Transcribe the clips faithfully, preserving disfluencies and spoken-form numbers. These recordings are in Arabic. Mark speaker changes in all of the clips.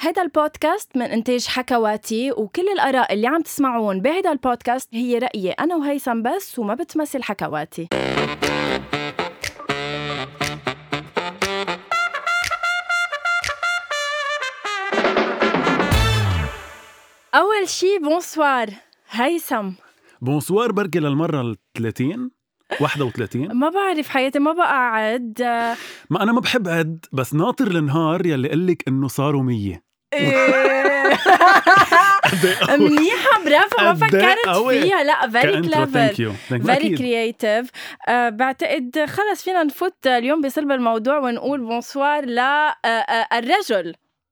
Speaker 1: هيدا البودكاست من إنتاج حكواتي، وكل الآراء اللي عم تسمعون بهيدا البودكاست هي رأيي أنا وهيثم بس، وما بتمثل حكواتي. أول شي بونسوار هيثم.
Speaker 2: بونسوار بركي للمرة الثلاثين واحدة وثلاثين.
Speaker 1: ما بعرف حياتي، ما بقى عد.
Speaker 2: ما أنا ما بحب عد، بس ناطر النهار يلي قلك إنه صاروا مية.
Speaker 1: منيحة، برافو، ما فكرت فيها. لا very clever very creative. uh, بعتقد خلص فينا نفوت اليوم بصلب الموضوع ونقول بونسوار للرجل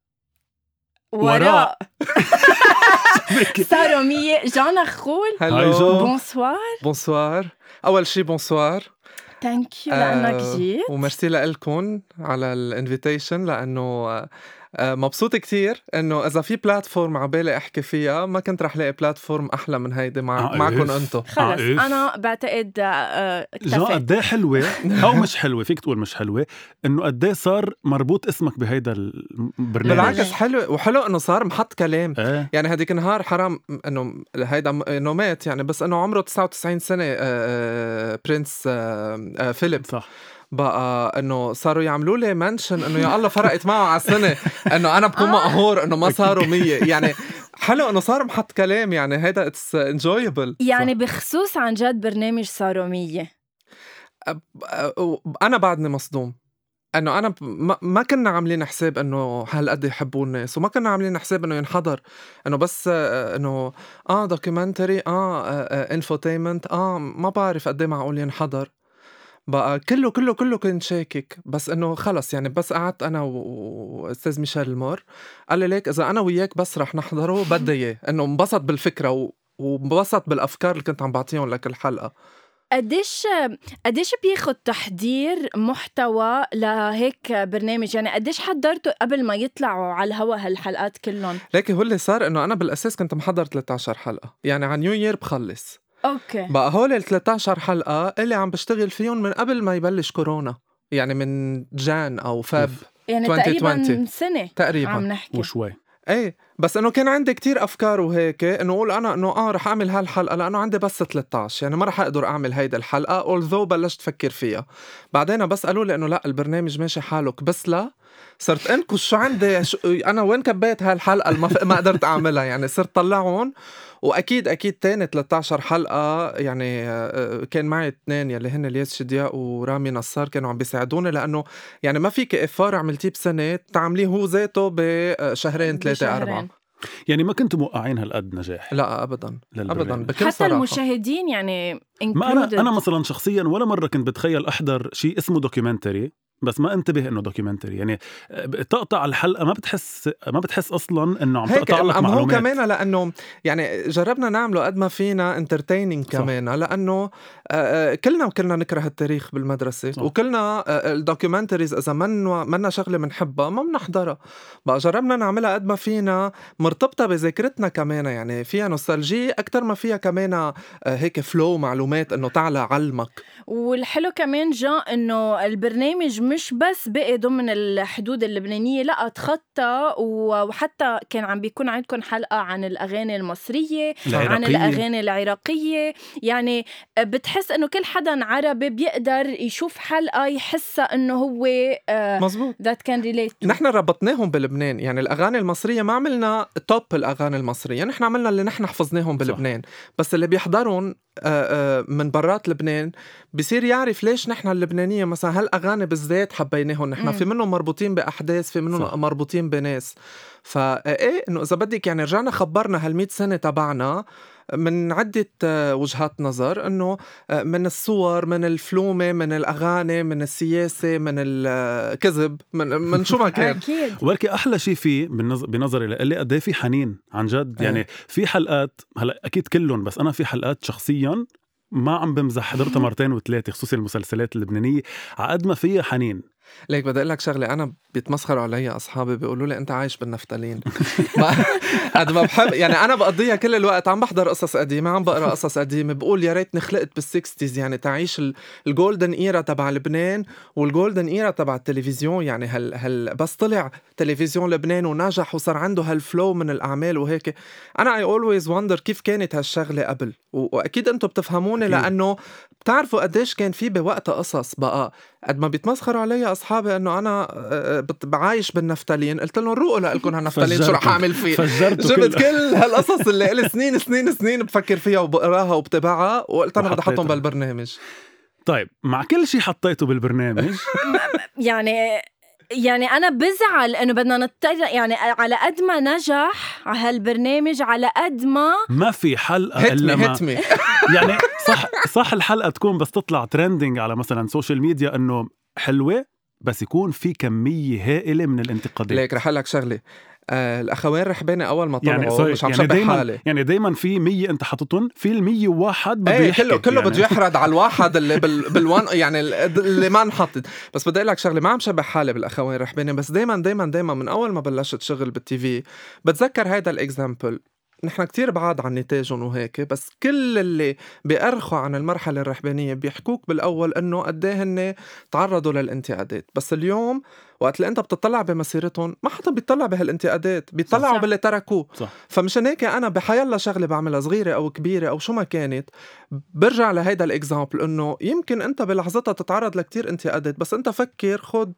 Speaker 1: وراء صاروا مية. جانا خول.
Speaker 3: هلو
Speaker 1: بونسوار.
Speaker 3: بونسوار. أول شي بونسوار،
Speaker 1: ثانك يو لأنك جيت،
Speaker 3: وميرسي لكم على الانفيتيشن، لأنه مبسوط كتير إنه إذا في بلاتفورم عبالي أحكي فيها ما كنت رح لاقي بلاتفورم أحلى من هيدي مع
Speaker 2: آه
Speaker 3: معكم أنتو.
Speaker 1: خلص آه أنا بعتقد اكتفيت.
Speaker 2: جا قديه حلوة أو مش حلوة، فيك تقول مش حلوة، إنه قديه صار مربوط اسمك بهيدا البرنامج.
Speaker 3: بالعكس حلو، وحلو إنه صار محط كلام.
Speaker 2: آه.
Speaker 3: يعني هديك نهار حرام إنه هيدا إنه مات يعني، بس إنه عمره تسعة وتسعين سنة. آه برنس آه آه فيليب
Speaker 2: صح.
Speaker 3: بقى انه صاروا يعملوا لي منشن انه يا الله فرقت معه على السنه، انه انا بكون مقهور انه ما صاروا مية. يعني حلو انه صار محط كلام، يعني هيدا اتس انجويبل.
Speaker 1: يعني بخصوص عن جد برنامج صاروا مية،
Speaker 3: انا بعدني مصدوم انه انا ما كنا عاملين حساب انه هالقد يحبوا الناس، وما كنا عاملين حساب انه ينحضر، انه بس انه اه دوكيومنتري اه انفوتينمنت اه ما بعرف قد ايه معقول ينحضر. بقى كله كله كله كنت شاكك، بس انه خلص يعني بس قعدت انا واستاذ ميشيل المور قال لي ليك اذا انا وياك بس رح نحضره بدي اياه، انه انبسط بالفكره وانبسط بالافكار اللي كنت عم بعطيهم لك الحلقه.
Speaker 1: قديش قديش بياخد تحضير محتوى لهيك برنامج؟ يعني قديش حضرته قبل ما يطلعوا على الهوا هالحلقات كلهم؟
Speaker 3: ليك هو اللي صار انه انا بالاساس كنت محضر ثلاثة عشر حلقه، يعني عن نيو يير بخلص.
Speaker 1: اوكي.
Speaker 3: بقى هول ال ثلاثة عشر حلقه اللي عم بشتغل فيهم من قبل ما يبلش كورونا، يعني من جان او فاب
Speaker 1: يعني تقريبا سنه
Speaker 3: تقريبا
Speaker 1: عم نحكي
Speaker 2: وشوي.
Speaker 3: ايه بس انه كان عندي كتير افكار وهيك، انه اقول انا انه اه رح اعمل هالحلقه لانه عندي بس ثلاثة عشر، يعني ما رح اقدر اعمل هيدا الحلقه اولذو بلشت افكر فيها. بعدين بس قالوا لي انه لا البرنامج ماشي حالك، بس لا صرت انكش شو عندي شو انا وين كبيت هالحلقه ما, ما قدرت اعملها. يعني صرت طلعون، واكيد اكيد تاني ثلاثة عشر حلقه يعني كان معي اثنين يلي هن الياس شدياق ورامي نصار كانوا عم بيساعدوني، لانه يعني ما فيك افار عملتيه بسنه تعمليه هو ذاته بشهرين ثلاثه اربعه.
Speaker 2: يعني ما كنتوا موقعين هالقد نجاح؟
Speaker 3: لا ابدا ابدا بكل
Speaker 1: حتى
Speaker 3: صراحة.
Speaker 1: المشاهدين يعني
Speaker 2: ما انا انا مثلا شخصيا ولا مره كنت بتخيل احضر شيء اسمه دوكيومنتري، بس ما انتبه انه دوكيومنتري. يعني تقطع الحلقه ما بتحس ما بتحس اصلا انه عم تقطع لك معلومات.
Speaker 3: هو كمان لانه يعني جربنا نعمله قد ما فينا انترتيننج كمان، لانه كلنا كلنا نكره التاريخ بالمدرسه. صح. وكلنا الدوكيومنتريز اذا منا منا شغله بنحبها ما بنحضرها. بقى جربنا نعملها قد ما فينا مرتبطه بذاكرتنا كمان، يعني فيها نوستالجي اكثر ما فيها كمان هيك فلو معلومات انه تعلى علمك.
Speaker 1: والحلو كمان جاء انه البرنامج مش بس بقي ضمن الحدود اللبنانية، لا تخطى، وحتى كان عم بيكون عندكم حلقة عن الأغاني المصرية العراقية. عن الأغاني العراقية. يعني بتحس انه كل حدا عربي بيقدر يشوف حلقة يحسها انه هو
Speaker 3: مزبوط
Speaker 1: that can relate.
Speaker 3: نحن ربطناهم بلبنان، يعني الأغاني المصرية ما عملنا توب الأغاني المصرية، نحن عملنا اللي نحن حفظناهم بلبنان. صح. بس اللي بيحضرون من برات لبنان بيصير يعرف ليش نحن اللبنانية مثلا هالأغاني بالذات حبيناهم نحن. في منهم مربوطين بأحداث، في منهم مربوطين بناس. فإيه إنه إذا بدك يعني رجعنا خبرنا هالمئة سنة تبعنا من عدة وجهات نظر، إنه من الصور، من الفلومة، من الأغاني، من السياسة، من الكذب، من من شو ما كان.
Speaker 2: ولكن أحلى شيء فيه بنظري لإلي قد إيه في حنين عن جد. يعني في حلقات هلا أكيد كلهم، بس أنا في حلقات شخصيا ما عم بمزح حضرتها مرتين وثلاثة، خصوصي المسلسلات اللبنانية عقد ما فيها حنين.
Speaker 3: ليك بدي اقول لك شغله، انا بيتمسخروا علي اصحابي بيقولوا لي انت عايش بالنفتالين. قد ما بحب يعني انا بقضيها كل الوقت عم بحضر قصص قديمه، عم بقرا قصص قديمه، بقول يا ريتني خلقت بالسكستيز يعني تعيش الجولدن ايرا تبع لبنان والجولدن ايرا تبع التلفزيون. يعني هل هل بس طلع تلفزيون لبنان ونجح وصار عنده هالفلو من الاعمال وهيك. انا اي اولويز وندر كيف كانت هالشغله قبل، واكيد انتم بتفهموني لانه بتعرفوا قديش كان في بوقت قصص. بقى قد ما بيتمسخروا علي اصحابي انه انا بعايش بالنفتالين، قلت لهم روقوا لكم هالنفتالين شو رح اعمل فيه. جبت كل هالقصص اللي لي سنين سنين سنين بفكر فيها وبقراها وبتبعها، وقلت انا بدي احطهم بالبرنامج.
Speaker 2: طيب مع كل شيء حطيته بالبرنامج
Speaker 1: يعني يعني أنا بزعل إنه بدنا نتجه، يعني على قد ما نجح على هالبرنامج على قد ما
Speaker 2: ما في حلقة إلا ما
Speaker 3: هتمي
Speaker 2: يعني صح صح الحلقة تكون بس تطلع ترندينج على مثلا سوشيال ميديا إنه حلوة، بس يكون في كمية هائلة من الانتقادات.
Speaker 3: ليك رح لك شغلة، آه الأخوين رحباني أول ما طلعوا
Speaker 2: يعني
Speaker 3: مش عم
Speaker 2: يعني
Speaker 3: شبه
Speaker 2: دايما
Speaker 3: حالي.
Speaker 2: يعني دايما في مية أنت حطتهم، في المية وواحد بده
Speaker 3: ايه
Speaker 2: يحكي
Speaker 3: كله كله
Speaker 2: يعني.
Speaker 3: بده يحرد على الواحد اللي بال بالوان يعني اللي ما انحطت. بس بدي اقول لك شغله، ما عم شبه حالي بالاخوين رحباني، بس دايما دايما دايما من اول ما بلشت شغل بالتي في بتذكر هيدا الاكزامبل. نحن كتير بعاد عن نتاجهم وهيك، بس كل اللي بيأرخوا عن المرحله الرحبانيه بيحكوك بالاول انه قد ايه هن تعرضوا للانتقادات. بس اليوم وقت اللي انت بتطلع بمسيرتهم ما حدا بيطلع بهالانتقادات، بيطلعوا باللي تركوه.
Speaker 2: صح.
Speaker 3: فمشان هيك انا بحيالله شغله بعملها صغيره او كبيره او شو ما كانت، برجع لهيدا الاكزامبل انه يمكن انت بلحظتها تتعرض لكتير انتقادات، بس انت فكر خد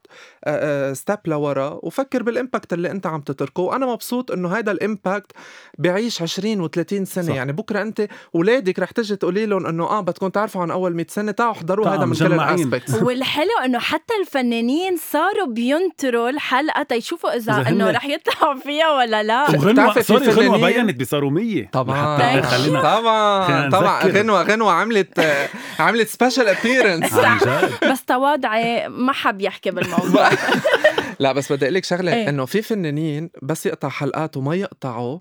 Speaker 3: ستيب لورا وفكر بالامباكت اللي انت عم تتركه. وانا مبسوط انه هيدا الامباكت بيعيش عشرين وثلاثين سنه. صح. يعني بكره انت اولادك رح تجي تقولي لهم انه اه بدكم تعرفوا عن اول مئة سنه، تعالوا احضروا هذا من كل الاسبكتس.
Speaker 1: والحلو انه حتى الفنانين صاروا بينطروا الحلقه تيشوفوا اذا انه رح يطلعوا فيها ولا لا.
Speaker 2: وغنوة صار غنوة بينت بصاروا مية
Speaker 3: طبعا طبعا طبعا غنوة غنوة عملت عملت سبيشال ابيرنس.
Speaker 1: بس تواضعي ما حب يحكي بالموضوع.
Speaker 3: لا بس بدي اقول لك شغله، ايه؟ انه في فنانين بس يقطع حلقات وما يقطعوا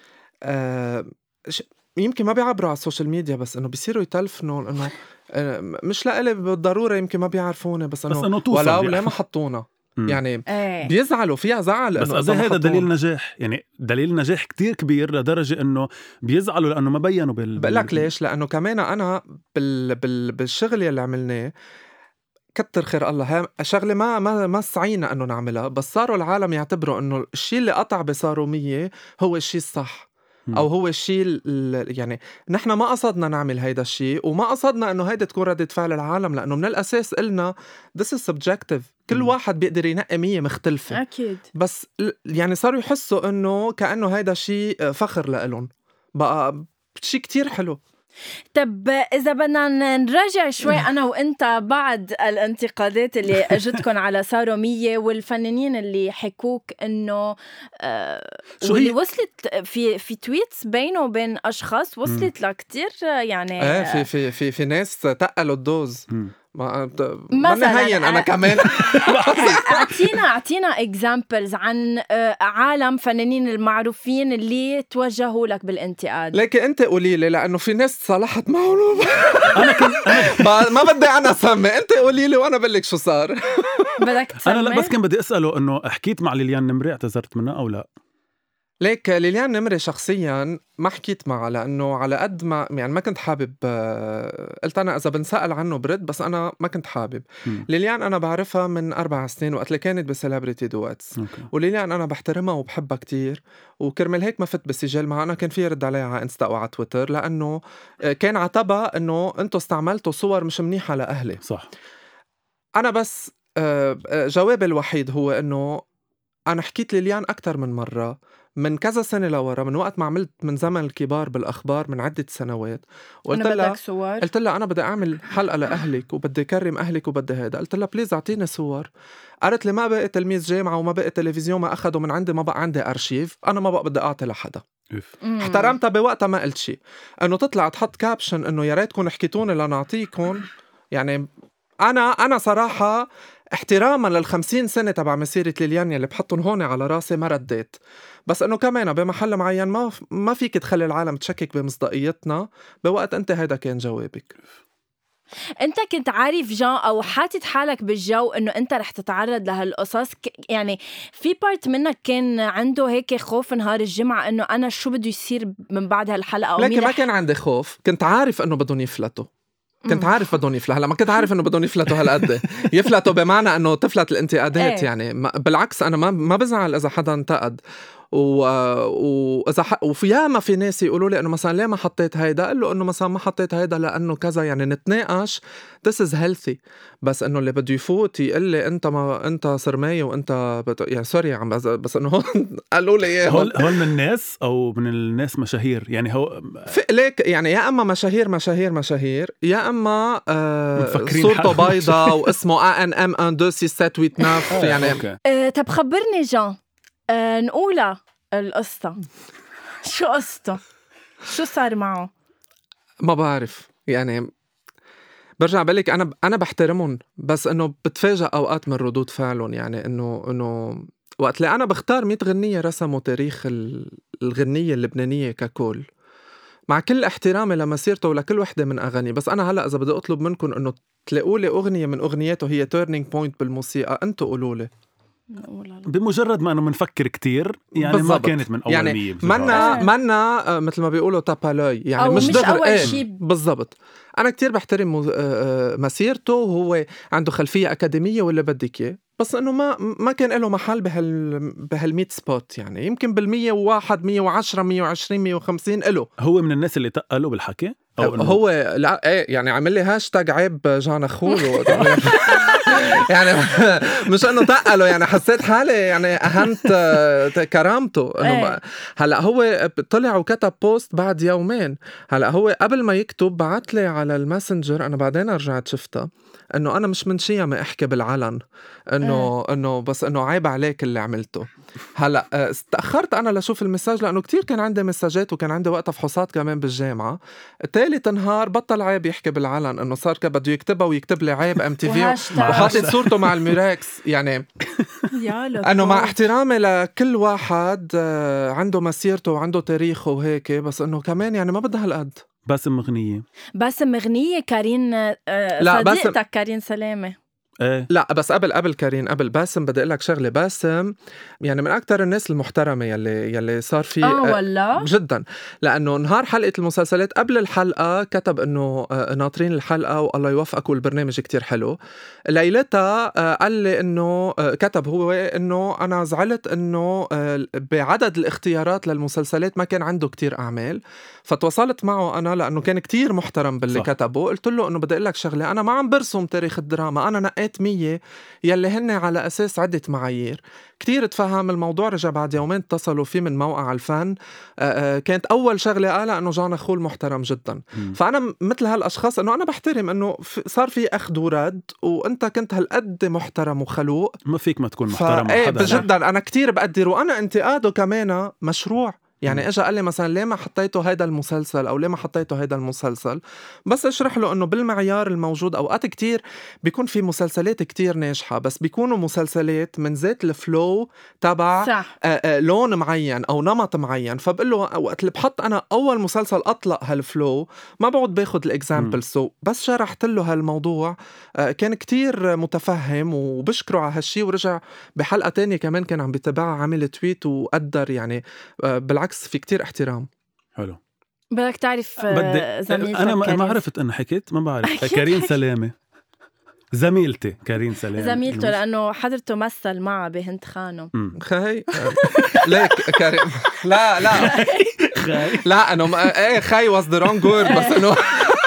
Speaker 3: آه يمكن ما بيعبروا على السوشيال ميديا، بس انه بيصيروا يتلفنوا انه مش لإلي بالضروره، يمكن ما بيعرفوني بس انه ولو ليه ما حطونا يعني
Speaker 1: ايه.
Speaker 3: بيزعلوا فيها زعل.
Speaker 2: بس قصدي هذا دليل نجاح، يعني دليل نجاح كتير كبير لدرجة انه بيزعلوا لانه ما بينوا بال
Speaker 3: بقلك ليش، لانه كمان انا بال... بال... بالشغل اللي عملناه كتر خير الله شغله ما ما ما سعينا انه نعملها، بس صاروا العالم يعتبروا انه الشيء اللي قطع بصاروا مية هو الشيء الصح او هو الشيء يعني نحن ما قصدنا نعمل هيدا الشيء، وما قصدنا انه هيدا تكون ردة فعل العالم، لانه من الاساس قلنا this is subjective، كل م. واحد بيقدر ينقي مية مختلفة
Speaker 1: اكيد.
Speaker 3: بس يعني صاروا يحسوا انه كأنه هيدا شيء فخر لإلهم، بقى شيء كتير حلو.
Speaker 1: طب إذا بدنا نراجع شوي أنا وإنت بعد الانتقادات اللي أجتكن على صاروا مية والفنانين اللي حكوك إنه آه واللي وصلت في في تويتس بينه وبين أشخاص وصلت لكتير يعني
Speaker 3: آه في في في في ناس تقلوا الدوز م. ما
Speaker 1: مثلا
Speaker 3: هين انا كمان.
Speaker 1: اعطينا اعطينا اكزامبلز عن عالم فنانين المعروفين اللي توجهوا لك بالانتقاد.
Speaker 3: لكن انت قولي لي لانه في ناس صالحت معهم. انا كنت ما, ما بدي انا اسمي، انت قولي لي وانا بقول لك شو صار.
Speaker 1: بدك تسمي؟
Speaker 2: انا لا بس كان بدي اساله انه حكيت مع ليليان نمري اعتذرت منها او لا؟
Speaker 3: ليك ليليان نمري شخصياً ما حكيت معها لأنه على قد ما يعني ما كنت حابب، قلت أنا إذا بنسأل عنه برد، بس أنا ما كنت حابب. م. ليليان أنا بعرفها من أربع سنين وقت اللي كانت بسيلابريتي دواتس، وليليان أنا بحترمها وبحبها كتير، وكرمل هيك ما فت بسجل معها. أنا كان في رد عليها على إنستا وعلى تويتر لأنه كان عتبها إنه أنتوا استعملتوا صور مش منيحة لأهلي.
Speaker 2: صح.
Speaker 3: أنا بس جوابي الوحيد هو إنه أنا حكيت ليليان أكتر من مرة من كذا سنة لورا، من وقت ما عملت من زمن الكبار بالأخبار من عدة سنوات، وقلت لها قلت لها أنا بدي أعمل حلقة لأهلك وبدي أكرم أهلك وبدي هيدا. قلت لها بليز أعطيني صور. قالت لي ما بقى تلميذ جامعة وما بقى تلفزيون ما أخدوا من عندي، ما بقى عندي أرشيف، أنا ما بقى بدي أعطي لحدا. احترمتها بوقتها، ما قلت شي. أنه تطلع تحط كابشن أنه يا ريتكم حكيتوني لنعطيكم. يعني أنا أنا صراحة احتراما للخمسين سنة تبع مسيرة ليليان اللي بحطهم هون على راسي ما رديت، بس انه كمان بمحل معين ما ما فيك تخلي العالم تشكك بمصداقيتنا بوقت انت هيدا كان جوابك.
Speaker 1: انت كنت عارف جان او حاطط حالك بالجو انه انت رح تتعرض لهالقصص؟ يعني في بارت منك كان عنده هيك خوف نهار الجمعة انه انا شو بده يصير من بعد هالحلقة؟ او
Speaker 3: لكن ما
Speaker 1: رح...
Speaker 3: كان عندي خوف، كنت عارف انه بدهم يفلتوا، كنت عارف بدهم يفلتوا. هلا ما كنت عارف انه بدهم يفلتوا هالقد يفلتوا بمعنى انه تفلت الانتقادات.
Speaker 1: ايه.
Speaker 3: يعني بالعكس انا ما ما بزعل اذا حدا انتقد، واذا ح... وفي ياما في ناس يقولوا لي انه مثلا ليه ما حطيت هيدا، قال له انه مثلا ما حطيت هيدا لانه كذا. يعني نتناقش، this is healthy. بس انه اللي بده يفوت يقول لي انت ما انت صرماي وانت بت... يعني سوري عم بس, بس انه قالوا لي اياه.
Speaker 2: هول هول من الناس او من الناس مشاهير يعني؟ هو
Speaker 3: ليك يعني يا اما مشاهير مشاهير مشاهير يا اما آه
Speaker 2: صورته
Speaker 3: بيضة واسمه A N M واحد اثنين ستة سبعة ثمانية تسعة يعني.
Speaker 1: أه طب خبرني جان، أه نقولها القصة. شو قصته؟ شو صار معه؟
Speaker 3: ما بعرف يعني، برجع بقلك أنا أنا بحترمهم، بس إنه بتفاجأ أوقات من ردود فعلهم. يعني إنه إنه وقت اللي أنا بختار مية غنية رسموا تاريخ الغنية اللبنانية ككل، مع كل احترامي لمسيرته ولكل وحدة من أغاني، بس أنا هلأ إذا بدي أطلب منكم إنه تلاقوا لي أغنية من أغنياته هي turning point بالموسيقى، أنتوا قولوا لي.
Speaker 2: بمجرد ما أنه منفكر كتير يعني بالزبط. ما كانت من أول
Speaker 3: يعني
Speaker 2: مية
Speaker 3: منا منا مثل ما بيقولوا تابالوي يعني مش, مش دغر ايه بالضبط. أنا كتير بحترم مسيرته، وهو عنده خلفية أكاديمية ولا بدك إياه، بس إنه ما ما كان له محل بهال بهالميت سبوت. يعني يمكن بالمية وواحد مية وعشرة مية وعشرين مية وخمسين إله.
Speaker 2: هو من الناس اللي تقلوا بالحكي
Speaker 3: أو هو لا ايه يعني عمل لي هاشتاج عيب جان أخول يعني مش انه تقله، يعني حسيت حالي يعني اهنت كرامته. انه هلا هو طلع وكتب بوست بعد يومين. هلا هو قبل ما يكتب بعت لي على الماسنجر، انا بعدين رجعت شفتها، انه انا مش من شيء ما احكي بالعلن، انه انه بس انه عيب عليك اللي عملته. هلا استأخرت انا لشوف المساج لانه كتير كان عندي مساجات وكان عندي وقتها فحوصات كمان بالجامعه. ثالث نهار بطل عيب يحكي بالعلن، انه صار بده يكتبها ويكتب لي عيب ام تي في وحاطط صورته مع الميراكس. يعني انه مع احترامي لكل واحد عنده مسيرته وعنده تاريخه وهيك، بس انه كمان يعني ما بدها هالقد.
Speaker 2: باسم مغنية
Speaker 1: باسم مغنية كارين لا صديقتك باسم... كارين سلامة
Speaker 3: ايه. لا بس قبل قبل كارين قبل باسم بدي اقول لك شغله. باسم يعني من اكثر الناس المحترمه يلي يلي صار في
Speaker 1: اه ولا
Speaker 3: جدا، لانه نهار حلقه المسلسلات قبل الحلقه كتب انه ناطرين الحلقه والله يوفقك والبرنامج كتير حلو. ليلتها قال لي انه كتب هو انه انا زعلت انه بعدد الاختيارات للمسلسلات ما كان عنده كتير اعمال، فتواصلت معه انا لانه كان كتير محترم باللي صح. كتبه. قلت له انه بدي اقول لك شغله، انا ما عم برسم تاريخ الدراما، انا نقيت مية يلي هن على أساس عدة معايير. كتير تفهم الموضوع. رجع بعد يومين اتصلوا فيه من موقع الفن، آآ كانت أول شغلة قالها أنه جان أخول محترم جدا. م. فأنا مثل هالأشخاص أنه أنا بحترم أنه صار في أخذ ورد، وأنت كنت هالقد محترم وخلوق،
Speaker 2: ما فيك ما تكون محترم
Speaker 3: ايه جدا. أنا كتير بقدر، وأنا انتقاده كمان مشروع. يعني اجى قال لي مثلا ليه ما حطيته هيدا المسلسل او ليه ما حطيته هيدا المسلسل، بس اشرح له انه بالمعيار الموجود اوقات كتير بيكون في مسلسلات كتير ناجحة، بس بيكونوا مسلسلات من ذات الفلو تبع لون معين او نمط معين. فبقول له وقت اللي بحط انا اول مسلسل اطلق هالفلو ما بعود باخد الاكزامبل. سو بس شرحت له هالموضوع كان كتير متفهم وبشكره على هالشي. ورجع بحلقة تانية كمان كان عم بيتابعها عامل تويت وقدر. يعني بالعكس في كتير احترام.
Speaker 2: حلو.
Speaker 1: بدك تعرف زميلتك
Speaker 2: أنا ما عرفت أنه حكيت ما بعرف كارين سلامة زميلتي كارين سلامة
Speaker 1: زميلته لأنه حضرته مثل معه بهند خانم.
Speaker 3: خي ليك كارين لا لا خي لا أنه إيه خي was the wrong word بس أنه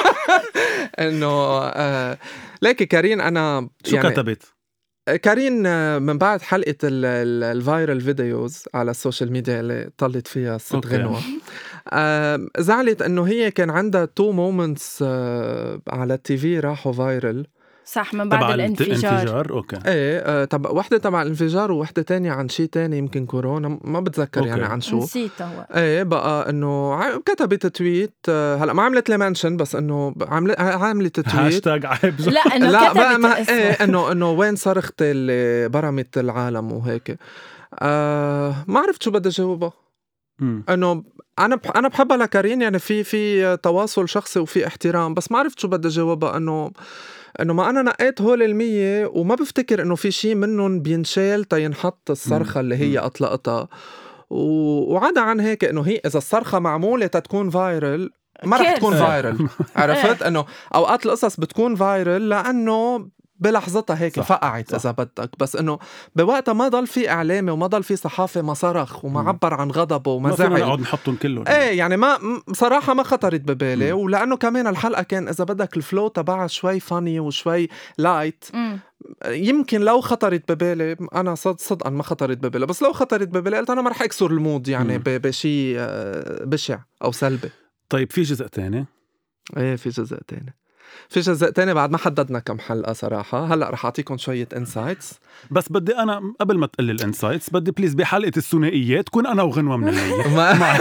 Speaker 3: أنه ليك كارين أنا
Speaker 2: شو يعني كتبت
Speaker 3: كارين من بعد حلقة الفايرال فيديوز على السوشيال ميديا اللي طلت فيها ست غنوة، زعلت انه هي كان عندها تو مومنتس على التي في راحوا فايرال.
Speaker 1: صح من بعد الانفجار.
Speaker 2: اوكي
Speaker 3: ايه طب واحدة تبع الانفجار وواحدة تانية عن شيء تاني يمكن كورونا ما بتذكر. أوكي. يعني عن شو
Speaker 1: نسيت هو.
Speaker 3: ايه بقى انه كتبت تويت. هلا ما عملت لي منشن بس انه عملت عملت تويت
Speaker 2: هاشتاج عيب.
Speaker 1: لا انه
Speaker 3: لا
Speaker 1: كتبت
Speaker 3: ما ايه انه انه وين صرخت اللي برمت العالم وهيك. آه ما عرفت شو بدي جاوبها. انه انا بح انا بحبها لكارين، يعني في في تواصل شخصي وفي احترام، بس ما عرفت شو بدي جاوبها. انه انه ما انا نقيت هول المية وما بفتكر انه في شيء منهم بينشال تينحط الصرخة اللي هي اطلقتها. وعدا عن هيك انه هي اذا الصرخة معمولة تتكون فايرل ما رح تكون فايرل. عرفت انه اوقات القصص بتكون فايرل لانه بلحظتها هيك فقعت اذا بدك، بس انه بوقتها ما ضل في اعلامي وما ضل في صحافه ما صرخ وما عبر عن غضبه وما زعل.
Speaker 2: ما نقعد نحطهم كلهم.
Speaker 3: ايه يعني ما بصراحه ما خطرت ببالي. م. ولانه كمان الحلقه كان اذا بدك الفلو تبعها شوي فاني وشوي لايت، م. يمكن لو خطرت ببالي انا صد صدقا ما خطرت ببالي، بس لو خطرت ببالي قلت انا ما رح اكسر المود يعني بشيء بشع او سلبي.
Speaker 2: طيب في جزء تاني؟
Speaker 3: ايه في جزء تاني في جزء تاني بعد ما حددنا كم حلقة صراحة. هلأ رح أعطيكم شوية إنسايتس،
Speaker 2: بس بدي أنا قبل ما تقلي الإنسايتس بدي بليز بحلقة الثنائيات تكون أنا وغنوة من الليل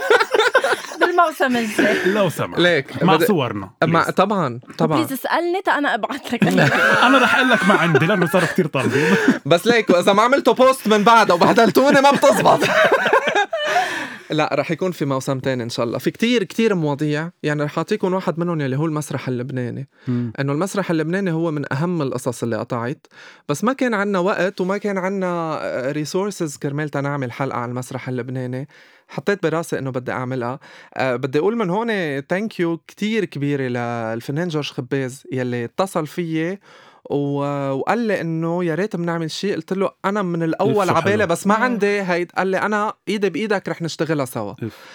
Speaker 1: بالموسم الجاي
Speaker 3: لو
Speaker 2: سمح
Speaker 3: ليك
Speaker 2: مع صورنا
Speaker 3: مع طبعا طبعا
Speaker 1: بليز اسألني تا أنا أبعت لك
Speaker 2: أنا رح أقول لك ما عندي لأنه صاروا كتير طالبين
Speaker 3: بس ليك وإذا ما عملتوا بوست من بعد وبهدلتوني ما بتزبط لا رح يكون في موسم تاني إن شاء الله. في كتير كتير مواضيع، يعني رح أعطيكم واحد منهم اللي هو المسرح اللبناني. م. إنه المسرح اللبناني هو من أهم القصص اللي قطعت، بس ما كان عنا وقت وما كان عنا ريسورسز كرمال تنعمل حلقة عن المسرح اللبناني. حطيت براسي إنه بدي أعملها. أه بدي أقول من هون تانك يو كتير كبيرة للفنان جورج خباز يلي اتصل فيي وقال لي انه يا ريت بنعمل شيء. قلت له انا من الاول عبالة بس ما عندي هيد. قال لي انا ايدي بايدك رح نشتغلها سوا.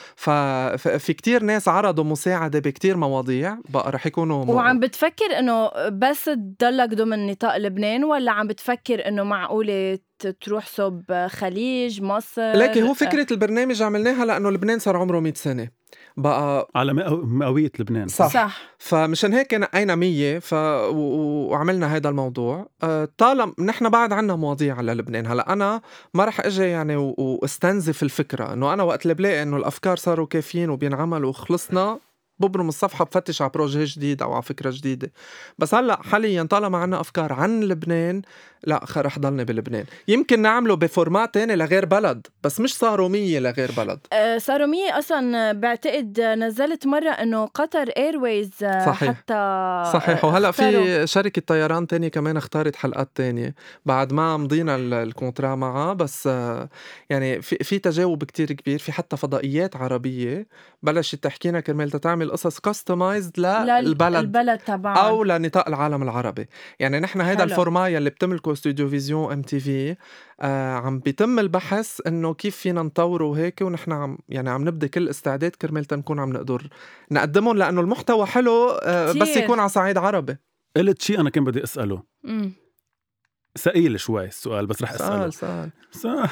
Speaker 3: ففي كتير ناس عرضوا مساعدة بكتير مواضيع بقى رح يكونوا مو...
Speaker 1: وعم بتفكر انه بس تضلك ضمن نطاق لبنان ولا عم بتفكر انه معقولة تروح صوب خليج مصر؟
Speaker 3: لكن هو فكرة البرنامج عملناها لأنه لبنان صار عمره مئة سنة بقى
Speaker 2: على مئوية لبنان.
Speaker 3: صح, صح. فمشان هيك نقينا مية ف... و... وعملنا هذا الموضوع. أه طالما نحن بعد عنا مواضيع على لبنان. هلأ أنا ما رح أجي يعني و... واستنزف الفكرة إنه أنا وقت اللي بلاقي إنه الأفكار صاروا كافيين وبينعملوا وخلصنا ببرم الصفحة بفتش على بروجي جديد أو على فكرة جديدة. بس هلأ حاليا طالما عنا أفكار عن لبنان لا رح ضلني بلبنان. يمكن نعمله بفورمات تاني لغير بلد بس مش صارومية لغير بلد.
Speaker 1: أه صارومية أصلا بعتقد نزلت مرة إنه قطر إيرويز
Speaker 3: صحيح.
Speaker 1: حتى
Speaker 3: صحيح. وهلأ في شركة طيران تانية كمان اختارت حلقات تانية بعد ما مضينا الكونترا معها. بس يعني في, في تجاوب كتير كبير. في حتى فضائيات عربية بلشت تحكينا كرمال تعمل قصص كاستمايزد للبلد
Speaker 1: البلد طبعا
Speaker 3: أو لنطاق العالم العربي. يعني نحن هيدا الفورمايا اللي بتملكه استوديو فيزيون ام تي في آه عم بيتم البحث انه كيف فينا نطوره وهيك. ونحن عم يعني عم نبدي كل استعداد كرمال تنكون عم نقدر نقدمهم لانه المحتوى حلو آه بس يكون على صعيد عربي.
Speaker 2: قلت شيء انا كان بدي اساله مم. سئيل شوي السؤال بس رح اساله.
Speaker 3: سؤال سؤال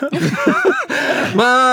Speaker 3: ما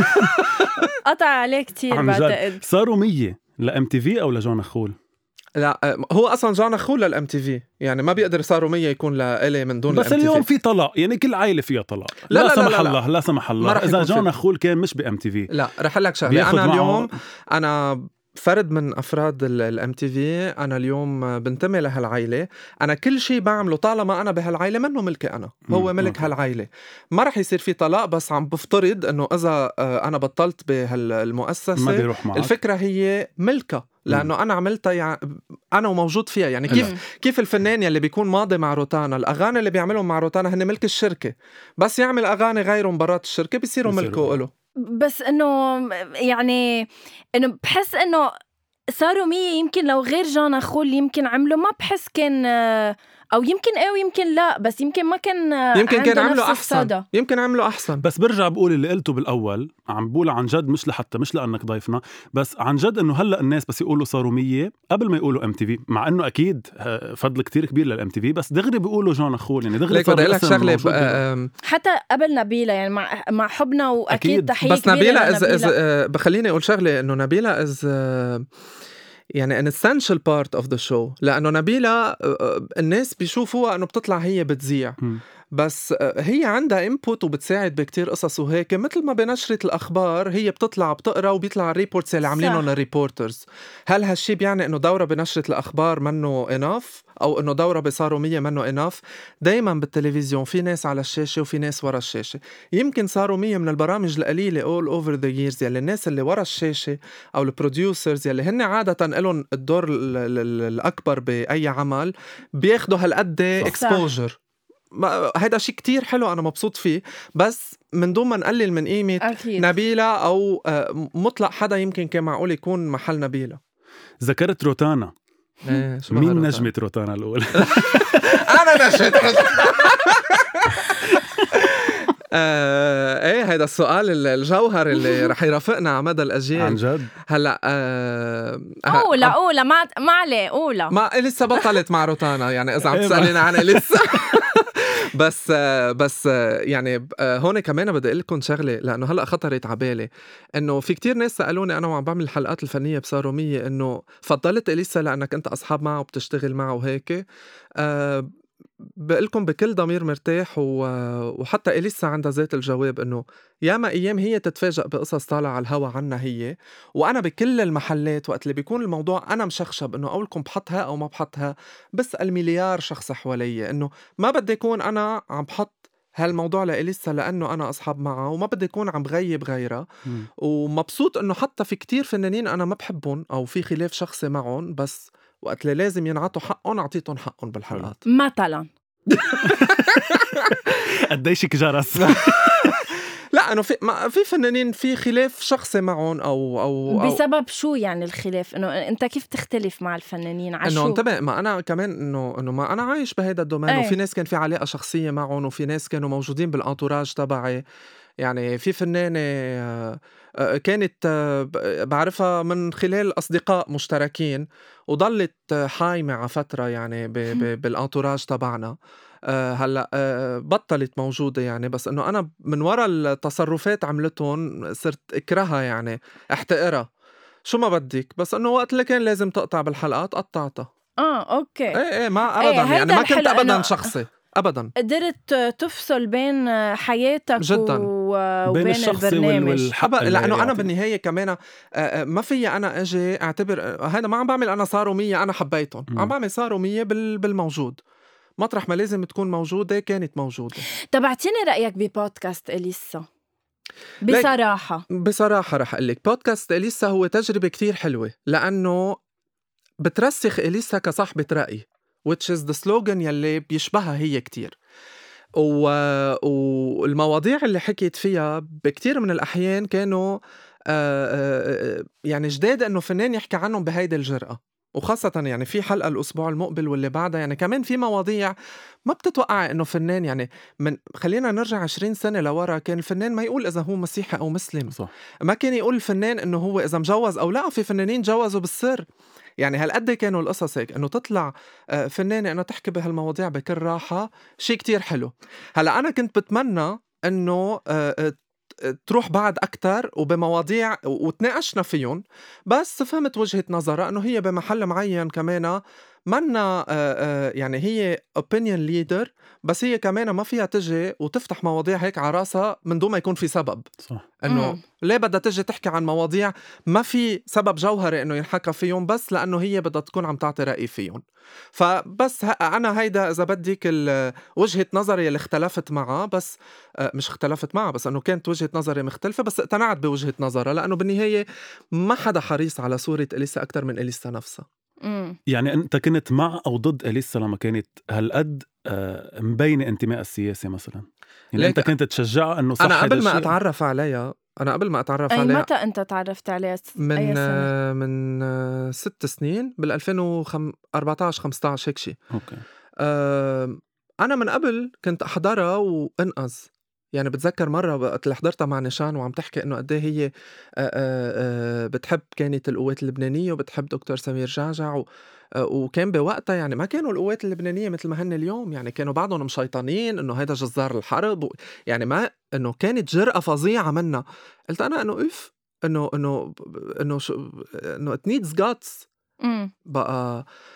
Speaker 1: قطع عليه كتير بعتقد.
Speaker 2: صاروا مية لام تي في او لجون خول؟
Speaker 3: لا هو اصلا جانا خول للام تي في يعني ما بيقدر صاروا مية يكون لإلي من دون
Speaker 2: بس اليوم في طلاق يعني كل عائله فيها طلاق. لا, لا, لا سمح لا لا الله لا سمح الله اذا جانا خول كان مش بام تي في.
Speaker 3: لا رح لك شغله. انا اليوم انا فرد من افراد الام تي في. انا اليوم بنتمي لهالعائله. انا كل شيء بعمله طالما انا بهالعائله منه ملكي انا هو ملك هالعائله. ما رح يصير في طلاق بس عم بفترض انه اذا انا بطلت بهالمؤسسه الفكره هي ملكها لانه انا عملتها يعني انا وموجود فيها. يعني كيف لا. كيف الفنان يلي بيكون ماضي مع روتانا الاغاني اللي بيعملهم مع روتانا هن ملك الشركه بس يعمل اغاني غيرهم برات الشركه بيصيروا ملكه له.
Speaker 1: بس انه يعني انه بحس انه صاروا مية يمكن لو غير جانا خول يمكن عملوا ما بحس كان او يمكن ايه ويمكن لا بس يمكن ما كان
Speaker 3: يمكن كان عملوا احسن الصدى. يمكن عملوا احسن.
Speaker 2: بس برجع بقول اللي قلته بالاول عم بقول عن جد مش لحتى مش لانك ضيفنا بس عن جد انه هلا الناس بس يقولوا صاروا مية قبل ما يقولوا ام تي في مع انه اكيد فضل كتير كبير للام تي في بس دغري بيقولوا جانا خول يعني دغري
Speaker 3: صار لك شغله
Speaker 1: حتى قبل نبيلة يعني مع مع حبنا واكيد تحيه
Speaker 3: بس نبيلة إز إز بخليني اقول شغله انه نبيلة از يعني an essential part of the show لأنه نبيلة الناس بيشوفوها أنه بتطلع هي بتذيع بس هي عندها انبوت وبتساعد بكتير قصص وهيك، مثل ما بنشرة الأخبار هي بتطلع بتقرأ وبيطلع الريبورتس اللي عاملينهم الريبورترز. هل هالشي بيعني إنه دورة بنشرة الأخبار منه إناف أو إنه دورة بصارومية منه إناف؟ دايما بالتلفزيون في ناس على الشاشة وفي ناس ورا الشاشة. يمكن صارومية من البرامج القليلة all over the years يلي الناس اللي ورا الشاشة أو البروديوسرز يلي هن عادة لهم الدور الأكبر بأي عمل بياخدوا هالقد اكسبوجر. هيدا شيء كتير حلو، أنا مبسوط فيه، بس من دون ما نقلل من قيمة أكيد. نبيلة أو مطلق حدا يمكن كان معقول يكون محل نبيلة.
Speaker 2: ذكرت روتانا.
Speaker 3: إيه
Speaker 2: مين روتانا؟ نجمة روتانا الأولى؟
Speaker 3: أنا نجمة آه ايه هيدا السؤال الجوهر اللي رح يرافقنا على مدى الاجيال
Speaker 2: عن جد.
Speaker 3: هلا آه
Speaker 1: اولى اولى ما ما عليه اولى
Speaker 3: ما لسه بطلت مع روتانا يعني اذا عم تسالينا عنها لسه بس بس يعني هون كمان بدي اقول لكم شغله، لانه هلا خطرت على بالي انه في كتير ناس سالوني انا وعم بعمل الحلقات الفنيه بصاروميه انه فضلت اليسا لانك انت اصحاب معه وبتشتغل معه وهيك. أه بقلكم بكل ضمير مرتاح وحتى إليسا عندها ذات الجواب إنه ياما أيام هي تتفاجأ بقصص طالعة على الهوا عنا هي، وأنا بكل المحلات وقت اللي بيكون الموضوع أنا مشخشب إنه أولكم بحطها أو ما بحطها بسأل مليار شخص حوالي إنه ما بدي يكون أنا عم بحط هالموضوع لإليسا لأنه أنا أصحاب معها وما بدي يكون عم بغيب غيرها. ومبسوط إنه حتى في كتير فنانين أنا ما بحبهم أو في خلاف شخصي معهم، بس وقت اللي لازم ينعطوا حقهم عطيتهم حقهم بالحلقات.
Speaker 1: مثلا
Speaker 2: قديشك جرس
Speaker 3: لا انه في ما في فنانين في خلاف شخصي معهم او او
Speaker 1: بسبب شو يعني الخلاف؟ انه انت كيف تختلف مع الفنانين على شو؟
Speaker 3: انه انتبه، ما انا كمان انه انه ما انا عايش بهذا الدومين وفي ناس كان في علاقه شخصيه معهم وفي ناس كانوا موجودين بالانتوراج تبعي. يعني في فنانة كانت بعرفها من خلال أصدقاء مشتركين وضلت حايمة على فترة يعني بالانتوراج تبعنا. هلأ بطلت موجودة يعني، بس إنه أنا من وراء التصرفات عملتهم صرت اكرهها يعني احتقرها شو ما بدك، بس إنه وقت اللي كان لازم تقطع بالحلقات قطعتها.
Speaker 1: آه أوكي.
Speaker 3: إيه إيه ما أبدا
Speaker 1: إيه
Speaker 3: يعني ما كنت أبدا شخصي أبداً.
Speaker 1: قدرت تفصل بين حياتك
Speaker 3: جداً.
Speaker 1: وبين البرنامج.
Speaker 3: لأنه أنا بالنهاية كمان ما في أنا أجي أعتبر هذا ما عم بعمل أنا صارومية أنا حبيتهم، عم بعمل صارومية بالموجود، مطرح ما لازم تكون موجودة كانت موجودة.
Speaker 1: طب اعطيني رأيك ببودكاست إليسا بصراحة.
Speaker 3: بصراحة رح أقلك بودكاست إليسا هو تجربة كتير حلوة، لأنه بترسخ إليسا كصاحبة رأي which is the slogan يلي بيشبهها هي كتير. و... والمواضيع اللي حكيت فيها بكتير من الأحيان كانوا آآ يعني جداد إنه فنان يحكي عنهم بهيدي الجرأة، وخاصة يعني في حلقة الأسبوع المقبل واللي بعدها يعني كمان في مواضيع ما بتتوقع إنه فنان يعني من خلينا نرجع عشرين سنة لورا كان الفنان ما يقول إذا هو مسيحي أو مسلم.
Speaker 2: صح.
Speaker 3: ما كان يقول الفنان إنه هو إذا مجوز أو لا، في فنانين جوزوا بالسر. يعني هالقد كانوا القصص هيك إنه تطلع فنانة إنه تحكي بهالمواضيع بكل راحة، شيء كتير حلو. هلأ أنا كنت بتمنى إنه تروح بعد أكتر وبمواضيع وتناقشنا فيهم، بس فهمت وجهة نظرها إنه هي بمحل معين كمان منا يعني هي opinion leader، بس هي كمان ما فيها تجي وتفتح مواضيع هيك على راسها من دون ما يكون في سبب.
Speaker 2: صح.
Speaker 3: إنه ليه بدها تجي تحكي عن مواضيع ما في سبب جوهري إنه ينحكى فيهم، بس لأنه هي بدها تكون عم تعطي رأي فيهم. فبس أنا هيدا إذا بدك وجهة نظري اللي اختلفت معها، بس مش اختلفت معها بس إنه كانت وجهة نظري مختلفة، بس اقتنعت بوجهة نظرها، لأنه بالنهاية ما حدا حريص على صورة إليسا أكتر من إليسا نفسها.
Speaker 1: مم.
Speaker 2: يعني أنت كنت مع أو ضد إليسا لما كانت هالقد مبينة انتماء السياسي مثلا؟ يعني أنت كنت تشجعها أنه صح؟
Speaker 3: أنا قبل ما أتعرف عليها أنا قبل ما أتعرف
Speaker 1: أي
Speaker 3: عليها
Speaker 1: متى أنت تعرفت عليها؟
Speaker 3: من
Speaker 1: أي سنة؟
Speaker 3: من ست سنين بالألفين وأربعتاشر خمستاشر هيك شيء.
Speaker 2: أوكي.
Speaker 3: أه أنا من قبل كنت أحضرها وأنقذ. يعني بتذكر مرة وقت اللي حضرتها مع نشان وعم تحكي إنه قديه هي أه أه بتحب كانت القوات اللبنانية وبتحب دكتور سمير جعجع و وكان بوقتها يعني ما كانوا القوات اللبنانية مثل ما هن اليوم، يعني كانوا بعضهم مشيطانين إنه هيدا جزار الحرب و... يعني ما إنه كانت جرأة فظيعة منا. قلت أنا إنه إف إنه إنه إنه شو إنه it needs guts.
Speaker 1: مم.
Speaker 3: بقى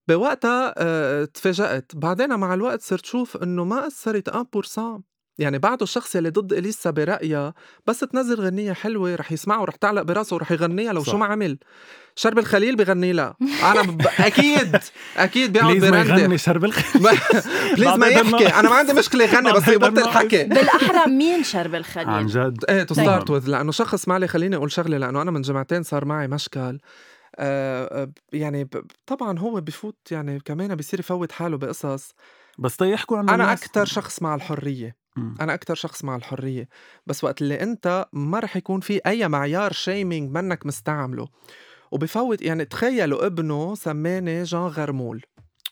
Speaker 3: بوقتها آه، تفاجأت. بعدين مع الوقت صرت شوف إنه ما أثرت واحد بالمية. يعني بعده الشخص اللي ضد إليسا برأيها بس تنزل غنية حلوة رح يسمعه ورح تعلق براسه ورح يغنيها لو
Speaker 2: صح.
Speaker 3: شو ما عمل. شرب الخليل بيغني لها. أنا ب... أكيد أكيد بيقعد
Speaker 2: بليز ما
Speaker 3: بيرندم.
Speaker 2: يغني شرب الخليل.
Speaker 3: بليز ما
Speaker 2: بعد
Speaker 3: يحكي.
Speaker 2: ما-
Speaker 3: أنا ما عندي مشكلة يغني بس
Speaker 2: بعد
Speaker 3: يبطل
Speaker 2: ما-
Speaker 3: حكي.
Speaker 1: بالاحرى مين شرب الخليل؟
Speaker 2: عن جد
Speaker 3: ايه تو
Speaker 2: طيب.
Speaker 3: ستارت وذ، لانه شخص معلي خليني اقول شغله، لانه انا من جمعتين صار معي مشكل. آه آه، يعني ب- طبعا هو بفوت يعني كمان بيصير يفوت حاله بقصص.
Speaker 2: بس تيحكوا عن
Speaker 3: انا
Speaker 2: الناس.
Speaker 3: اكتر شخص مع الحريه.
Speaker 2: مم.
Speaker 3: انا اكتر شخص مع الحريه، بس وقت اللي انت ما رح يكون في اي معيار شيمينج منك مستعمله وبفوت. يعني تخيلوا ابنه سماني جان غرمول.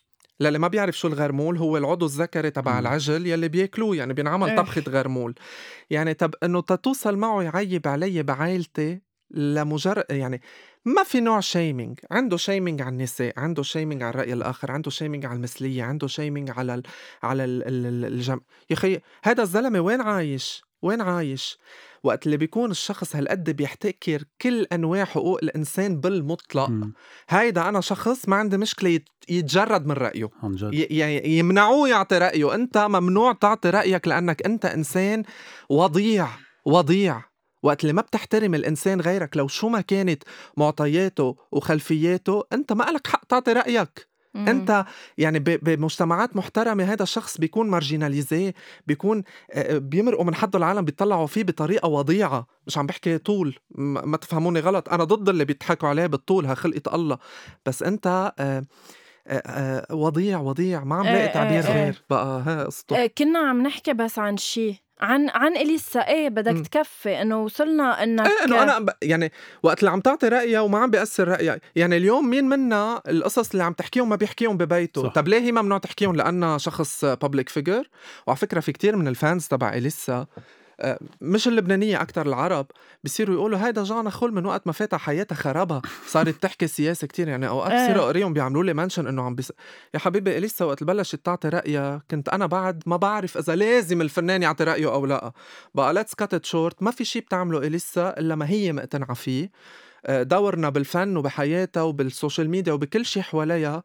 Speaker 3: للي ما بيعرف شو الغرمول، هو العضو الذكري تبع
Speaker 2: مم.
Speaker 3: العجل يلي بياكلوه، يعني بينعمل
Speaker 1: إيه.
Speaker 3: طبخة غرمول. يعني طب انه تتوصل معه يعيب علي بعائلتي لمجرد يعني ما في نوع شيمينج. عنده شيمينج على النساء، عنده شيمينج على الرأي الآخر، عنده شيمينج على المثلية، عنده شيمينج على ال على ال ال ال الجم. يا أخي هذا الزلمة وين عايش؟ وين عايش؟ وقت اللي بيكون الشخص هالقد بيحتكر كل أنواع حقوق الإنسان بالمطلق،
Speaker 2: مم.
Speaker 3: هيدا أنا شخص ما عندي مشكلة يت- يتجرد من رأيه.
Speaker 2: عن جد
Speaker 3: ي- يعني يمنعوه يعطي رأيه. أنت ممنوع تعطي رأيك لأنك أنت إنسان وضيع وضيع. وقت اللي ما بتحترم الإنسان غيرك لو شو ما كانت معطياته وخلفياته، أنت ما لك حق تعطي رأيك.
Speaker 1: مم.
Speaker 3: أنت يعني ب- بمجتمعات محترمة هذا الشخص بيكون مارجيناليزي، بيكون آه، بيمرقوا من حد العالم بيطلعوا فيه بطريقة وضيعة. مش عم بحكي طول، م- ما تفهموني غلط، أنا ضد اللي بيضحكوا عليه بالطول، ها خلقة الله. بس أنت آه، آه، آه، وضيع وضيع ما عم
Speaker 1: إيه،
Speaker 3: لاقي تعبير
Speaker 1: إيه، إيه.
Speaker 3: غير بقى. ها قصته.
Speaker 1: آه، كنا عم نحكي بس عن شيء عن عن إليسا. ايه بدك
Speaker 3: مم.
Speaker 1: تكفي انه وصلنا انك
Speaker 3: ايه انه انا ب... يعني وقت اللي عم تعطي رأيها وما عم بيأثر رأيها. يعني اليوم مين منا القصص اللي عم تحكيهم ما بيحكيهم ببيته؟
Speaker 2: صح.
Speaker 3: طب ليه هي ممنوع تحكيهم؟ لأنها شخص بابليك فيجر. وعلى فكرة في كتير من الفانز تبع إليسا، آه، مش اللبنانية أكتر العرب، بيصيروا يقولوا هيدا جانا خل من وقت ما فاتها حياتها خربها، صارت تحكي سياسة كتير. يعني أوقات
Speaker 1: إيه.
Speaker 3: بصيروا قريهم بيعملوا لي منشن إنه عم بيس... يا حبيبي إليسا وقت بلشت تعطي رأيها كنت أنا بعد ما بعرف إذا لازم الفنان يعطي رأيه أو لا. بقى let's cut it short، ما في شي بتعمله إليسا إلا ما هي مقتنعة فيه. آه، دورنا بالفن وبحياتها وبالسوشيال ميديا وبكل شي حواليها،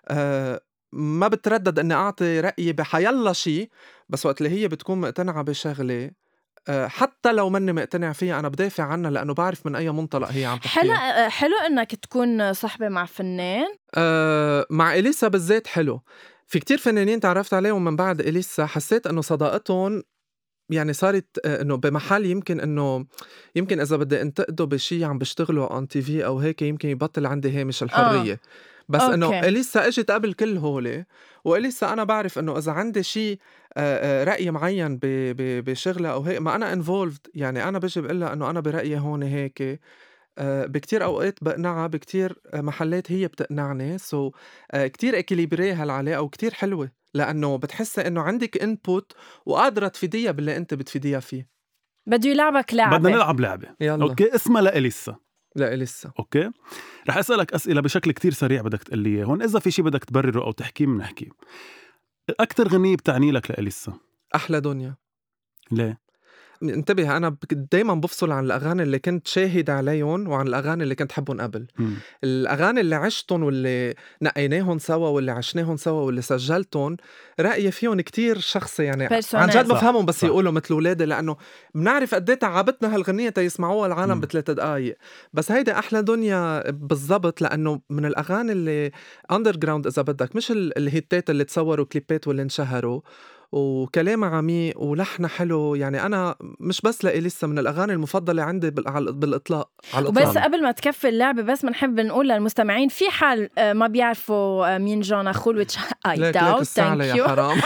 Speaker 3: آه، ما بتردد إني أعطي رأيي بحيالله شي. بس وقت اللي هي بتكون مقتنعة بشغلة، آه، حتى لو مني مقتنع فيها، أنا بدافع عنها لأنه بعرف من أي منطلق هي عم
Speaker 1: حلو.
Speaker 3: تحكيها.
Speaker 1: حلو انك تكون صحبة مع فنان.
Speaker 3: أه مع إليسا بالذات حلو. في كتير فنانين تعرفت عليهم من بعد إليسا، حسيت أنه صداقتهم يعني صارت آه، انه بمحل يمكن انه يمكن اذا بدي انتقده بشي عم بشتغله عن تي في او هيك يمكن يبطل عندي هامش الحريه. آه. بس انه
Speaker 1: أوكي.
Speaker 3: اليسا اجت قبل كل هولي، واليسا انا بعرف انه اذا عندي شي آه، آه، راي معين ب- ب- بشغله او هيك، ما انا انفولفد. يعني انا بجي بقول لها انه انا برايي هون هيك. آه، بكتير اوقات بقنعها، بكتير آه، محلات هي بتقنعني. سو آه، كتير اكيليبري هالعلاقه وكتير حلوه، لانه بتحسي انه عندك انبوت وقادره تفيديها باللي انت بتفيديها فيه.
Speaker 1: بده يلعبك لعبة.
Speaker 2: بدنا نلعب لعبة.
Speaker 3: يلا.
Speaker 2: اوكي اسمها لإليسا.
Speaker 3: لا لسه.
Speaker 2: اوكي رح اسالك اسئله بشكل كتير سريع بدك تقول لي هون، اذا في شيء بدك تبرره او تحكيه بنحكي. اكثر غنية بتعني لك لإليسا؟
Speaker 3: احلى دنيا.
Speaker 2: ليه؟
Speaker 3: انتبه، انا دايما بفصل عن الاغاني اللي كنت شاهد عليهم وعن الاغاني اللي كنت حبهم قبل.
Speaker 2: مم.
Speaker 3: الاغاني اللي عشتهم واللي نقيناهم سوا واللي عشناهم سوا واللي سجلتهم، رايي فيهم كتير شخصي. يعني
Speaker 1: Personal.
Speaker 3: عن جد
Speaker 2: صح،
Speaker 3: بفهمهم بس
Speaker 2: صح.
Speaker 3: يقولوا مثل ولادي، لانه بنعرف قد ايه تعبتنا هالغنيه تيسمعوها العالم
Speaker 2: مم.
Speaker 3: بثلاث دقائق. بس هيدا احلى دنيا بالضبط، لانه من الاغاني اللي اندر جراوند اذا بدك، مش ال- الهيتات اللي تصوروا كليبات واللي انشهروا، وكلامها عميق ولحنها حلو. يعني انا مش بس لإليسا من الاغاني المفضله عندي بال- على- بالاطلاق على
Speaker 1: وبس
Speaker 3: الاطلاق.
Speaker 1: قبل ما تكفي اللعبة بس بنحب نقول للمستمعين في حال آه، ما بيعرفوا آه، مين جانا خول which I
Speaker 3: ليك ليك
Speaker 1: doubt.
Speaker 3: السعلة
Speaker 1: thank
Speaker 3: يا
Speaker 1: you.
Speaker 3: حرام.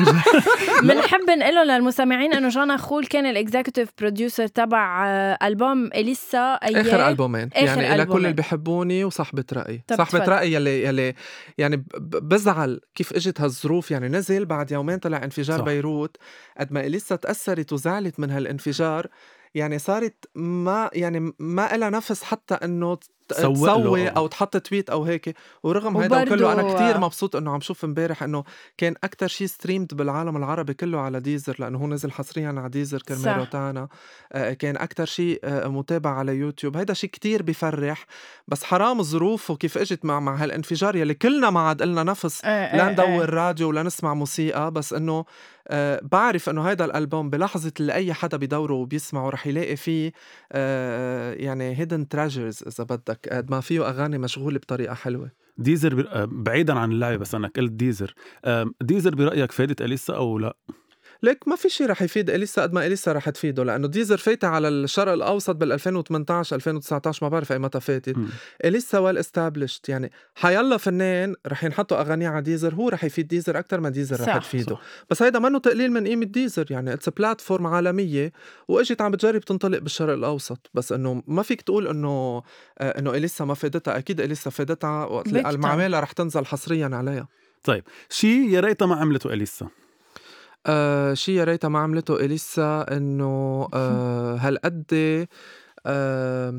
Speaker 1: بنحب نقول للمستمعين انه جانا خول كان الاكزيكتيف بروديوسر تبع آه، ألبوم إليسا.
Speaker 3: اخر البومين
Speaker 1: آخر
Speaker 3: يعني الى كل
Speaker 1: ألبومين.
Speaker 3: اللي بحبوني وصاحبة رأي.
Speaker 1: طب
Speaker 3: صاحبة
Speaker 1: تفضل.
Speaker 3: رأي يلي يلي يعني ب- ب- بزعل كيف اجت هالظروف. يعني نزل بعد يومين طلع انفجار
Speaker 2: صح.
Speaker 3: بيروت. قد ما إليسا تأثرت وزعلت من هالانفجار، يعني صارت ما يعني ما إلها نفس حتى انه تسوي او تحط تويت او هيك. ورغم هيدا كله انا كتير مبسوط انه عم شوف امبارح انه كان اكتر شيء ستريمد بالعالم العربي كله على ديزر، لانه هو نزل حصريا على ديزر كرمال روتانا. آه كان اكتر شيء آه متابع على يوتيوب. هيدا شيء كتير بيفرح، بس حرام ظروف وكيف اجت مع مع هالانفجار يلي كلنا ما عاد قلنا نفس
Speaker 1: آه
Speaker 3: لا
Speaker 1: آه
Speaker 3: ندور
Speaker 1: آه.
Speaker 3: راديو ولا نسمع موسيقى. بس انه أه بعرف انه هيدا الالبوم بلحظه اللي اي حدا بيدوره وبيسمعه رح يلاقي فيه أه يعني hidden treasures اذا بدك، قد ما فيه اغاني مشغوله بطريقه حلوه.
Speaker 2: ديزر بعيدا عن اللعبه، بس انا قلت ديزر ديزر برايك فادت اليسا او لا؟
Speaker 3: ليك ما في شيء رح يفيد إليسا قد ما إليسا رح تفيده، لأنه ديزر فايتة على الشرق الأوسط بال ألفين وثمانية عشر ألفين وتسعة عشر ما بعرف أي متى فاتت.
Speaker 2: م.
Speaker 3: إليسا ويل استابلشت، يعني حيلا فنان رح ينحطوا أغاني على ديزر هو رح يفيد ديزر أكتر ما ديزر رح تفيده. بس هيدا منه تقليل من قيمة ديزر، يعني اتس بلاتفورم عالمية وإجت عم بتجرب تنطلق بالشرق الأوسط. بس إنه ما فيك تقول إنه آه إنه إليسا ما فادتها، أكيد إليسا فادتها وقت المعاملة رح تنزل حصريا عليها.
Speaker 2: طيب شي يا ريتها ما عملته إليسا؟
Speaker 3: آه شي يا ريتها ما عملته إليسا إنه آه هالقد آه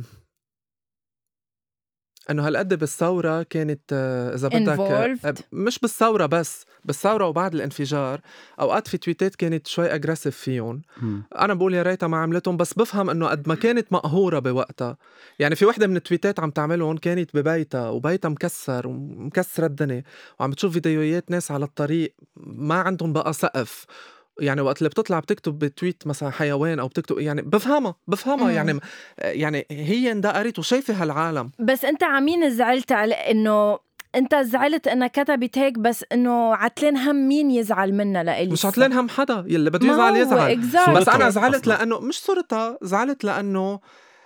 Speaker 3: إنه هالقد بالثورة كانت آه إذا بدك آه مش بالثورة بس بالثورة وبعد الانفجار أوقات في تويتات كانت شوي أجريسيف فيهم. م. أنا بقول يا ريتها ما عملتهم، بس بفهم إنه قد ما كانت مقهورة بوقتها. يعني في وحدة من التويتات عم تعملهم كانت ببيتها وبيتها مكسر ومكسرة الدنيا، وعم بتشوف فيديوهات ناس على الطريق ما عندهم بقى سقف. يعني وقت اللي بتطلع بتكتب بتويت مثلا حيوان او بتكتب، يعني بفهمها بفهمها يعني يعني هي اندقرت وشايفه هالعالم.
Speaker 1: بس انت عمين زعلت على انه انت زعلت انها كتبت هيك، بس انه عتلين هم مين يزعل منها لإليسا؟
Speaker 3: مش عتلين هم حدا، يلي بده يزعل يزعل. بس انا زعلت لانه مش صورتها، زعلت لانه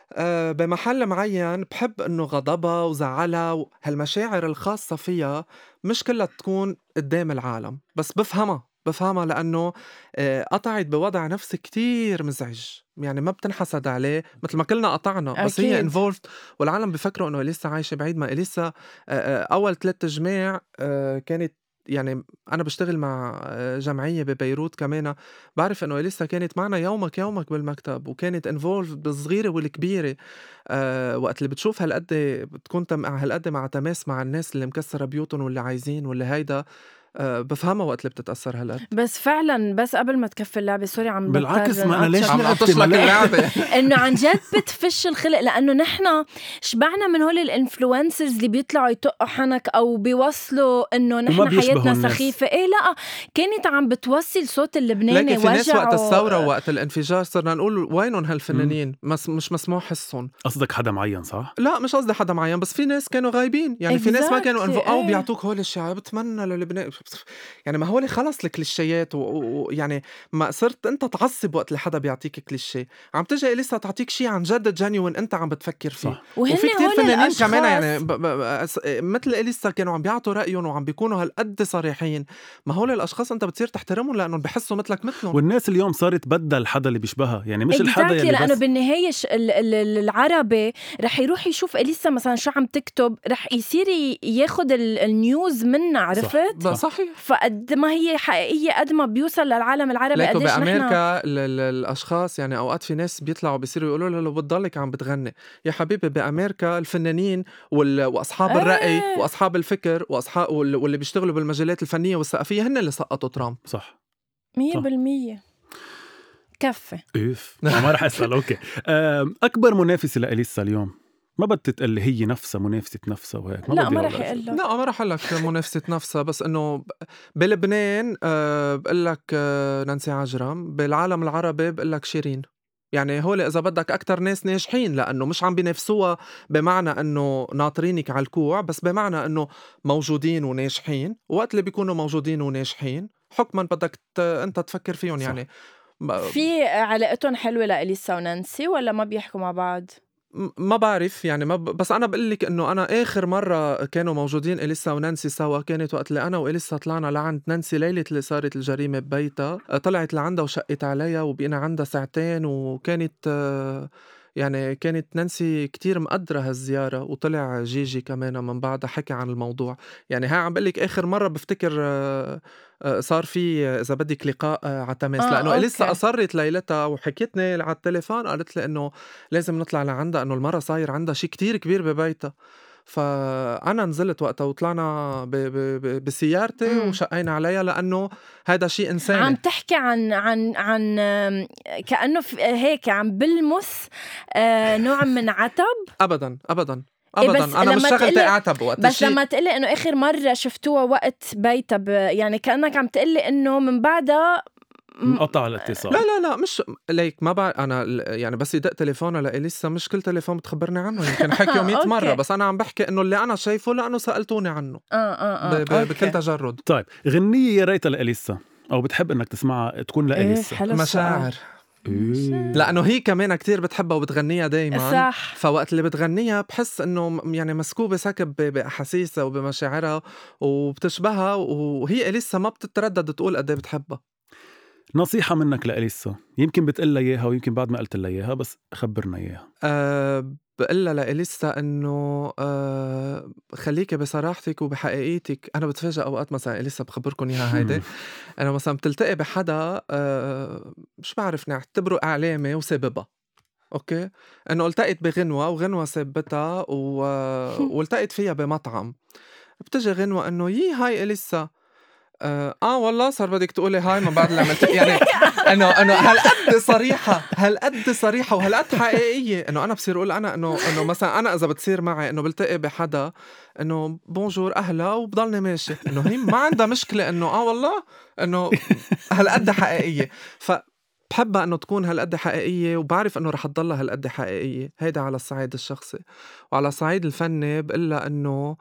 Speaker 3: أه بمحل معين بحب انه غضبها وزعلها وهالمشاعر الخاصه فيها مش كلها تكون قدام العالم. بس بفهمها بفهمها لأنه قطعت بوضع نفسي كتير مزعج، يعني ما بتنحسد عليه مثل ما كلنا قطعنا. بس أكيد. هي انفولفت والعالم بفكروا أنه إليسا عايشة بعيد. ما إليسا أول ثلاثة جماع كانت، يعني أنا بشتغل مع جمعية ببيروت كمان، بعرف أنه إليسا كانت معنا يومك يومك بالمكتب، وكانت انفولفت بالصغيرة والكبيرة. أه وقت اللي بتشوف هالقد بتكون هالقد مع تماس مع الناس اللي مكسرة بيوتهم واللي عايزين واللي هيدا أه بفهمها وقت اللي بتتأثر هالقد.
Speaker 1: بس فعلا بس قبل ما تكفي اللعبة سوري عم
Speaker 2: بالعكس ما أنا ليش
Speaker 3: عم أعطش لك اللعبة
Speaker 1: إنه عن جد بتفش الخلق، لأنه نحنا شبعنا من هول الانفلونسرز اللي بيطلعوا يطقوا حنك أو بيوصلوا إنه نحنا حياتنا سخيفة. إيه لا كانت عم بتوصل صوت اللبناني.
Speaker 3: لكن في ناس وقت الثورة وقت الانفجار صرنا نقول وينهم هالفنانين، مس مش مسموح حسهم.
Speaker 2: قصدك حدا معين صح؟
Speaker 3: لا مش قصدي حدا معين، بس في ناس كانوا غايبين، يعني في ناس ما كانوا انفو
Speaker 1: ايه.
Speaker 3: أو بيعطوك هول الشعب بتمنى للبنان. يعني ما هو خلص الكليشيات، ويعني ما صرت انت تعصب وقت اللي حدا بيعطيك كليشيه. عم تجي إليسا تعطيك شيء عن جد جينيوين انت عم بتفكر فيه. وفي كتير فنانين كمان يعني ب ب ب مثل إليسا كانوا عم بيعطوا رايهم وعم بيكونوا هالقد صريحين. ما هول الاشخاص انت بتصير تحترمهم لانهم بحسوا مثلك مثلهم.
Speaker 2: والناس اليوم صارت بدل حدا اللي بيشبهها، يعني مش الحدا يلي
Speaker 1: لانه
Speaker 2: بس
Speaker 1: بالنهايه العربي رح يروح يشوف إليسا مثلا شو عم تكتب، رح يصير ياخد النيوز منها. عرفت؟
Speaker 3: صح. صحيح.
Speaker 1: فقد ما هي حقيقية قد ما بيوصل للعالم العربي قديش
Speaker 3: نحن بأمريكا الأشخاص، يعني أوقات في ناس بيطلعوا بيصيروا يقولوا له لو بتضلك عم بتغني يا حبيبي. بأمريكا الفنانين وال... وأصحاب
Speaker 1: آه.
Speaker 3: الرأي وأصحاب الفكر وأصحاب وال... واللي بيشتغلوا بالمجالات الفنية والثقافية هن اللي سقطوا ترامب.
Speaker 2: صح
Speaker 1: مية بالمية. كفي
Speaker 2: إيف ما رح أسأل. أوكي أكبر منافسة لإليسا اليوم ما بدي تقلي هي نفسها منافسة نفسها وهيك؟
Speaker 1: ما لا ما رح يقول لك.
Speaker 3: لا ما رح أقول لك منافسة نفسها، بس إنه بلبنان أه بقول لك أه نانسي عجرم، بالعالم العربي بقول لك شيرين. يعني هول إذا بدك أكتر ناس ناجحين، لأنه مش عم بينافسوها بمعنى إنه ناطرينك على الكوع، بس بمعنى إنه موجودين وناجحين. وقت اللي بيكونوا موجودين وناجحين حكما بدك أنت تفكر فيهم. يعني
Speaker 1: في علاقتهم حلوة لإليسا ونانسي ولا ما بيحكوا مع بعض؟
Speaker 3: ما بعرف يعني ما ب... بس أنا بقول لك إنه أنا آخر مرة كانوا موجودين إليسا ونانسي سوا كانت وقت اللي أنا وإليسا طلعنا لعند نانسي ليلة اللي صارت الجريمة ببيتها. طلعت لعندها وشقت عليها وبقينا عندها ساعتين، وكانت يعني كانت نانسي كتير مقدرة هالزيارة، وطلع جيجي كمان من بعدها حكي عن الموضوع. يعني ها عم بقلك آخر مرة بفتكر آه، آه، صار في آه، إذا بدك لقاء آه، على تماس،
Speaker 1: اه
Speaker 3: لأنه إليسا
Speaker 1: اوكي.
Speaker 3: أصرت ليلتها وحكيتني على التليفون، قالت لي إنه لازم نطلع لعندها، إنه المرة صاير عندها شي كتير كبير ببيتها. فأنا نزلت وقتها وطلعنا ب- ب- ب- بسيارتي
Speaker 1: مم.
Speaker 3: وشقينا عليها، لأنه هذا شيء
Speaker 1: عم
Speaker 3: إنساني.
Speaker 1: تحكي عن عن عن آم، كأنه في- هيك عم بلمس آه، نوع من عتب.
Speaker 3: أبدا أبدا
Speaker 1: إيه
Speaker 3: أبدا،
Speaker 1: بس
Speaker 3: أنا مش
Speaker 1: لما
Speaker 3: شغلتي
Speaker 1: تقلي
Speaker 3: أعتب وقت
Speaker 1: بس
Speaker 3: الشيء.
Speaker 1: لما تقلي انه اخر مرة شفتوها وقت بيتها ب- يعني كأنك عم تقلي انه من بعدها م-
Speaker 2: انقطع
Speaker 3: لا
Speaker 2: الاتصال.
Speaker 3: لا لا مش ليك، ما بعرف أنا ال- يعني بس يدق تليفونه لإليسا مش كل تليفون بتخبرني عنه، يمكن حكيه مئة مرة،
Speaker 1: اوكي.
Speaker 3: بس أنا عم بحكي إنه اللي أنا شايفه لأنه سألتوني عنه
Speaker 1: اه اه
Speaker 3: ب-
Speaker 1: اه
Speaker 3: ب- بكل
Speaker 1: اوكي.
Speaker 3: تجرد.
Speaker 2: طيب غنية يا ريتها لإليسا أو بتحب إنك تسمعها تكون
Speaker 1: ايه
Speaker 2: لإليسا؟
Speaker 1: حلو السؤال.
Speaker 3: مشاعر،
Speaker 2: إيه.
Speaker 3: لأنه هي كمان كتير بتحبها وبتغنيها دايما،
Speaker 1: صح.
Speaker 3: فوقت اللي بتغنيها بحس إنه م- يعني مسكوبة سكب ب- بأحاسيسها وبمشاعرها وبتشبهها، وهي إليسا ما بتتردد تقول قد إيه بتحبها.
Speaker 2: نصيحة منك لإليسا، يمكن بتقلها إياها ويمكن بعد ما قلت لها إياها، بس خبرنا إياها.
Speaker 3: أه بقلها لإليسا إنه أه خليكي بصراحتك وبحقيقيتك. أنا بتفاجأ أوقات مثلا إليسا بخبركن إياها هيدي، أنا مثلا بتلتقي بحدا أه مش بعرف نعتبره إعلامي وسببها، أوكي، إنه التقيت بغنوة وغنوة سبتها و... والتقيت فيها بمطعم، بتجي غنوة إنه يي هاي إليسا. آه, اه والله صار بدك تقولي هاي من بعد اللي عملت يعني انه انه هالقد صريحه هالقد صريحه وهالقد حقيقيه، انه انا بصير اقول انا انه انه مثلا انا اذا بتصير معي انه بلتقي بحدا انه بونجور اهلا وبضلني ماشي، انه هي ما عندها مشكله انه اه والله انه هالقد حقيقيه. ف بحبها انه تكون هالقد حقيقيه، وبعرف انه رح تضلها هالقد حقيقيه. هيدا على الصعيد الشخصي، وعلى الصعيد الفني بقلها انه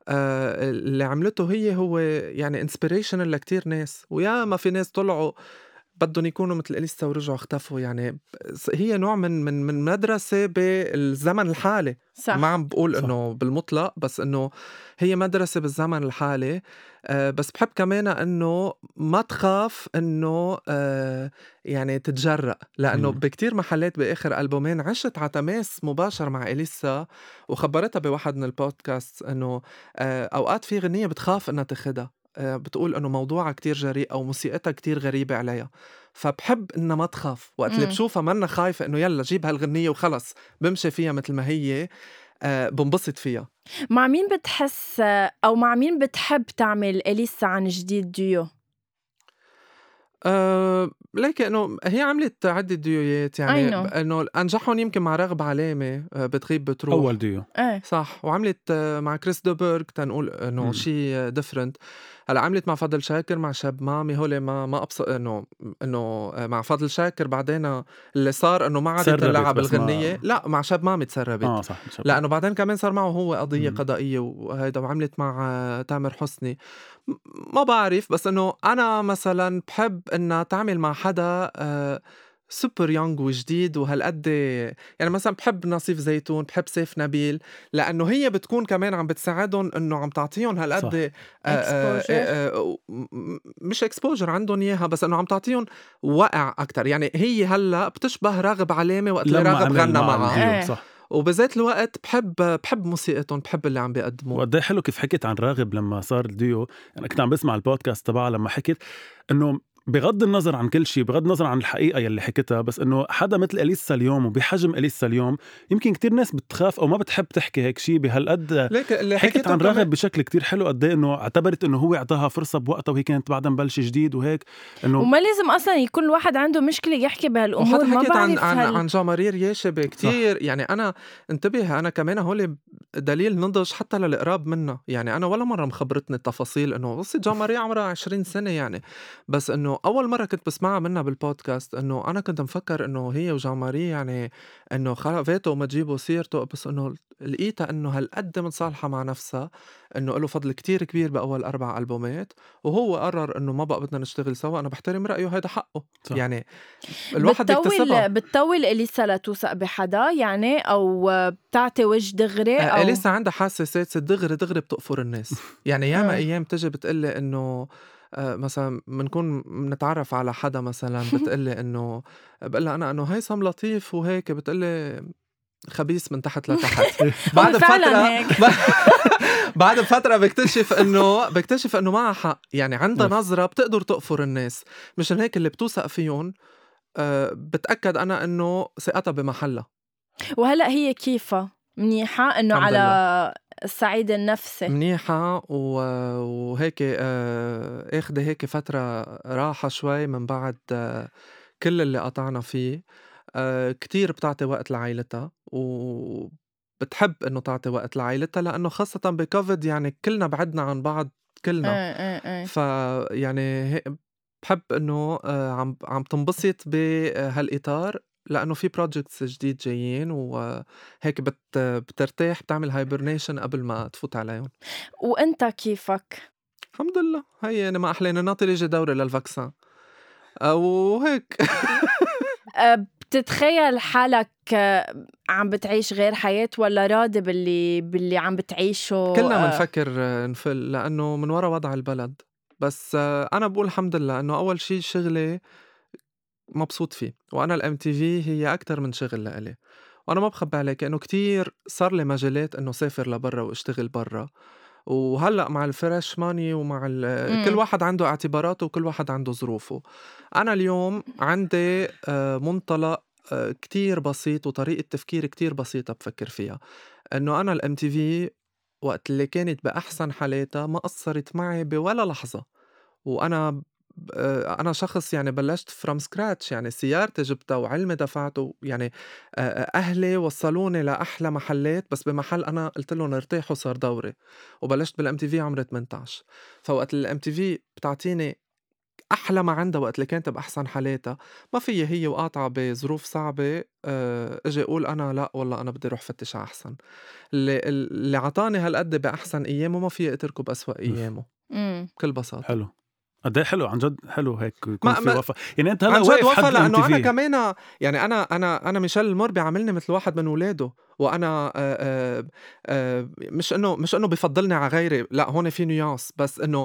Speaker 3: آه اللي عملته هي هو يعني انسبيريشن لكتير ناس، ويا ما في ناس طلعوا بدهم يكونوا مثل إليسا ورجعوا اختفوا. يعني هي نوع من من من مدرسة بالزمن الحالي.
Speaker 1: صح.
Speaker 3: ما عم بقول
Speaker 2: صح.
Speaker 3: انه بالمطلق، بس انه هي مدرسة بالزمن الحالي. آه بس بحب كمان انه ما تخاف انه آه يعني تتجرأ، لانه
Speaker 2: مم.
Speaker 3: بكتير محلات باخر ألبومين عشت على تماس مباشر مع إليسا، وخبرتها بواحد من البودكاست انه آه اوقات في غنية بتخاف انها تاخدها، آه بتقول انه موضوعها كتير جريء او موسيقتها كتير غريبة عليها. فبحب انها ما تخاف، وقت اللي
Speaker 1: مم.
Speaker 3: بشوفها منا خايفة انه يلا جيب هالغنية وخلص بمشي فيها مثل ما هي، آه بنبسط فيها.
Speaker 1: مع مين بتحس او مع مين بتحب تعمل إليسا عن جديد ديو؟
Speaker 3: أه ليك انه هي عملت عدة ديويات،
Speaker 1: I
Speaker 3: يعني
Speaker 1: know.
Speaker 3: انه انجحهم يمكن مع رغب علامة، أه بتغيب بتروح.
Speaker 2: أول ديو.
Speaker 1: ايه
Speaker 3: صح، وعملت آه، مع كريس دوبرغ تنقول انه
Speaker 2: مم.
Speaker 3: شيء ديفرنت. هلا عملت مع فضل شاكر مع شاب مامي، هولي ما ما ابص انه انه آه، مع فضل شاكر بعدين اللي صار انه ما عادت
Speaker 2: تسربت
Speaker 3: تلعب
Speaker 2: بس ما-
Speaker 3: الغنية. لا مع شاب مامي تسربت،
Speaker 2: آه صح مش
Speaker 3: لانه بعدين كمان صار معه هو قضية
Speaker 2: مم.
Speaker 3: قضائية وهيدا. وعملت مع آه، تامر حسني. م- ما بعرف، بس انه انا مثلا بحب انها تعمل مع حدا آه سوبر يونغ وجديد وهالقد. يعني مثلا بحب نصيف زيتون، بحب سيف نبيل، لانه هي بتكون كمان عم بتساعدهم انه عم تعطيهم
Speaker 2: صح.
Speaker 3: هالقد آه، آه،
Speaker 1: Exposure.
Speaker 3: آه، آه، م- مش اكسبوجر عندهم اياها، بس انه عم تعطيهم وقع اكتر. يعني هي هلا بتشبه راغب علامة وقت اللي
Speaker 2: لما
Speaker 3: راغب
Speaker 2: عمل
Speaker 3: غنى
Speaker 2: مع
Speaker 3: معها،
Speaker 2: الديو
Speaker 1: إيه.
Speaker 2: صح.
Speaker 3: وبذات الوقت بحب بحب موسيقتهم، بحب اللي عم بيقدموه.
Speaker 2: وقد ايه حلو كيف حكيت عن راغب لما صار الديو. انا كنت عم بسمع البودكاست تبعها لما حكيت انه بغض النظر عن كل شيء، بغض النظر عن الحقيقه يلي حكيتها، بس انه حدا مثل إليسا اليوم وبحجم إليسا اليوم يمكن كتير ناس بتخاف او ما بتحب تحكي هيك شيء بهالقد.
Speaker 3: ليك اللي
Speaker 2: حكيت
Speaker 3: حكيته
Speaker 2: عن
Speaker 3: كمان-
Speaker 2: راغب بشكل كتير حلو، قد ايه انه اعتبرت انه هو اعطاها فرصه بوقتها وهي كانت بعدها مبلشه جديد وهيك انه
Speaker 1: وما لازم اصلا يكون الواحد عنده مشكله يحكي بهالامور.
Speaker 3: وحتى
Speaker 1: ما
Speaker 3: حكيت عن
Speaker 1: بعرف
Speaker 3: عن
Speaker 1: هل...
Speaker 3: عن جامارير ياشب كتير. يعني انا انتبه، انا كمان هولي دليل نضج حتى للقراب منا. يعني انا ولا مره مخبرتني التفاصيل انه قصة جامارير عمرها عشرين سنة يعني، بس انه اول مره كنت بسمعها منها بالبودكاست انه انا كنت مفكر انه هي وجامارير يعني انه خلافاته وما تجيبوا سيرته، بس انه لقيتها انه هالقد متصالحه مع نفسها، انه له فضل كتير كبير باول اربع البومات، وهو قرر انه ما بقى بدنا نشتغل سوا. انا بحترم رايه، هيدا حقه.
Speaker 2: صح.
Speaker 3: يعني الواحد بيكتسبها.
Speaker 1: بتطول بتطول إليسا لتوثق بحدا يعني، او بتعطي وجه دغري
Speaker 3: آه،
Speaker 1: او
Speaker 3: إليسا عندها حاسة سادسة، دغري دغري بتقفر الناس. يعني ياما
Speaker 1: آه.
Speaker 3: أيام تجي بتقلي إنه آه، مثلا منكون منتعرف على حدا مثلا بتقلي إنه بقلها أنا إنه هيثم لطيف وهيك، بتقلي خبيث من تحت لتحت. بعد
Speaker 1: فعلاً
Speaker 3: فترة بعد فترة بكتشف إنه بكتشف إنه معها حق، يعني عندها نظرة بتقدر تقفر الناس. مشان هيك اللي بتوثق فيهم أه بتأكد أنا إنه ثقتها بمحلها.
Speaker 1: وهلأ هي كيفها منيحة إنه على
Speaker 3: لله.
Speaker 1: الصعيد النفسي
Speaker 3: منيحة وهيك أه اخده هيك فترة راحة شوي من بعد أه كل اللي قطعنا فيه. أه كتير بتعطي وقت لعائلتها وبتحب إنه تعطي وقت لعائلتها، لأنه خاصة بكوفيد يعني كلنا بعدنا عن بعض كلنا.
Speaker 1: ايه ايه
Speaker 3: فيعني بحب إنه أه عم عم تنبسط بهالإطار، لأنه في بروجيكتس جديد جايين وهيك بت بترتاح، بتعمل هايبرنيشن قبل ما تفوت عليهم.
Speaker 1: وأنت كيفك؟
Speaker 3: الحمد لله. هي أنا ما أحلينا ناطر يجي دوري للفاكسان وهيك.
Speaker 1: بتتخيل حالك عم بتعيش غير حياة ولا راضي باللي باللي عم بتعيشه؟
Speaker 3: كلنا منفكر نفل لأنه من وراء وضع البلد، بس أنا بقول الحمد لله إنه أول شي شغلي مبسوط فيه، وأنا الام تي في هي أكتر من شغل لإلي. وأنا ما بخبي عليك إنه كتير صار لي مجالات إنه سافر لبرا واشتغل برا، وهلأ مع الفريش ماني ومع كل واحد عنده اعتباراته وكل واحد عنده ظروفه. أنا اليوم عندي منطلق كتير بسيط وطريقة تفكير كتير بسيطة بفكر فيها، إنه أنا الام تي في وقت اللي كانت بأحسن حالاتها ما قصرت معي بولا لحظة. وأنا أنا شخص يعني بلشت from scratch، يعني سيارتي جبتها وعلمي دفعته، يعني أهلي وصلوني لأحلى محلات، بس بمحل أنا قلت لهم ارتاحوا صار دوري. وبلشت بالام تي في عمري ثمانية عشر. فوقت الام تي في بتعطيني أحلى ما عندها وقت اللي كانت بأحسن حالاتها، ما فيها هي وقاطعة بظروف صعبة أجي أقول أنا لا والله أنا بدي أروح فتش على أحسن. اللي, اللي عطاني هالقد بأحسن أيامه ما فيه أتركه بأسوأ أيامه. بكل بساطة.
Speaker 2: حلو. قد حلو عن جد، حلو هيك يكون
Speaker 3: ما
Speaker 2: في
Speaker 3: ما
Speaker 2: وفا. يعني انت هلا
Speaker 3: عن جد
Speaker 2: واقف
Speaker 3: وفا،
Speaker 2: حد
Speaker 3: لانه انا كمان يعني انا انا انا ميشيل المور بيعاملني مثل واحد من اولاده، وانا آآ آآ مش انه مش انه بفضلني على غيري، لا هون في نيانس، بس انه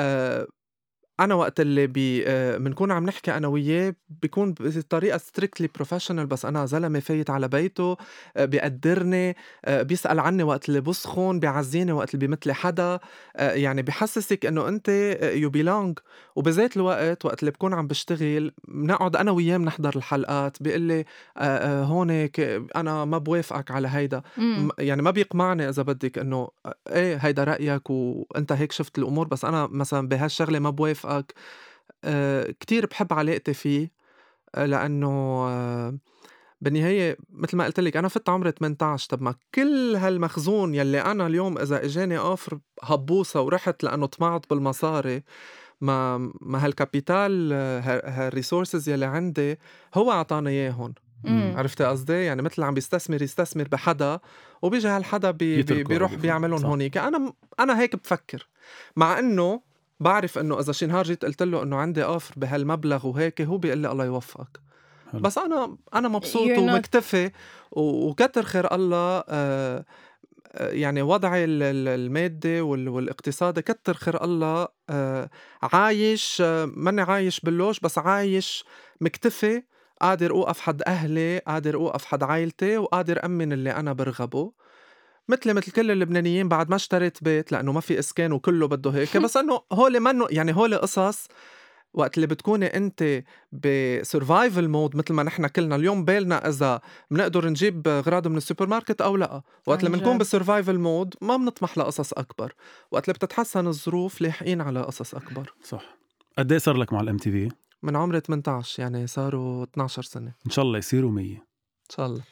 Speaker 3: أنا وقت اللي بي منكون عم نحكي أنا وياه بيكون بطريقة strictly professional، بس أنا زلمة فايت على بيته بيقدرني، بيسأل عني وقت اللي بسخن، بيعزيني وقت اللي بيمثلي حدا، يعني بيحسسك إنه أنت you belong. وبذات الوقت وقت اللي بكون عم بشتغل بنقعد أنا وياه بنحضر الحلقات، بيقلي هون أنا ما بوافقك على هيدا،
Speaker 1: مم.
Speaker 3: يعني ما بيقمعني إذا بدك إنه إيه هيدا رأيك وأنت هيك شفت الأمور، بس أنا مثلا بهالشغلة ما بوافق. أه كتير بحب علاقتي فيه، أه لأنه أه بالنهاية مثل ما قلت لك أنا فت عمري ثمانية عشر. طب ما كل هالمخزون يلي أنا اليوم إذا إجاني أوفر هبوسة ورحت لأنه طمعت بالمصاري، ما ما هالكابيتال هالريسورسز يلي عندي هو عطاني إياهن. عرفتي قصدي؟ يعني مثل عم بيستثمر يستثمر بحدا وبيجي هالحدا بي بي بيروح بيعملون هونيك. أنا أنا هيك بفكر، مع إنه بعرف إنه إذا شي نهار جيت قلت له إنه عندي أوفر بهالمبلغ وهيك هو بيقول لي الله يوفقك. حلو. بس أنا أنا مبسوط ومكتفي وكتر خير الله. آه يعني وضعي المادي والاقتصادي كتر خير الله، آه عايش، آه ماني عايش باللوج بس عايش مكتفي، قادر أوقف حد أهلي، قادر أوقف حد عائلتي، وقادر أمن اللي أنا برغبه، مثل مثل كل اللبنانيين. بعد ما اشتريت بيت لأنه ما في إسكان وكله بده هيك، بس أنه هولي منه يعني هولي قصص وقت اللي بتكوني أنت بسرفايفل مود مثل ما نحن كلنا اليوم بالنا إذا بنقدر نجيب غراض من السوبر ماركت أو لا. وقت اللي بنكون بسرفايفل مود ما بنطمح لقصص أكبر، وقت اللي بتتحسن الظروف لاحقين على قصص أكبر.
Speaker 2: صح. قد ايه صار لك مع الام تي في؟
Speaker 3: من عمري ثمانية عشر، يعني صاروا اثني عشر سنة.
Speaker 2: إن شاء الله يصيروا مية.
Speaker 3: إن شاء الله.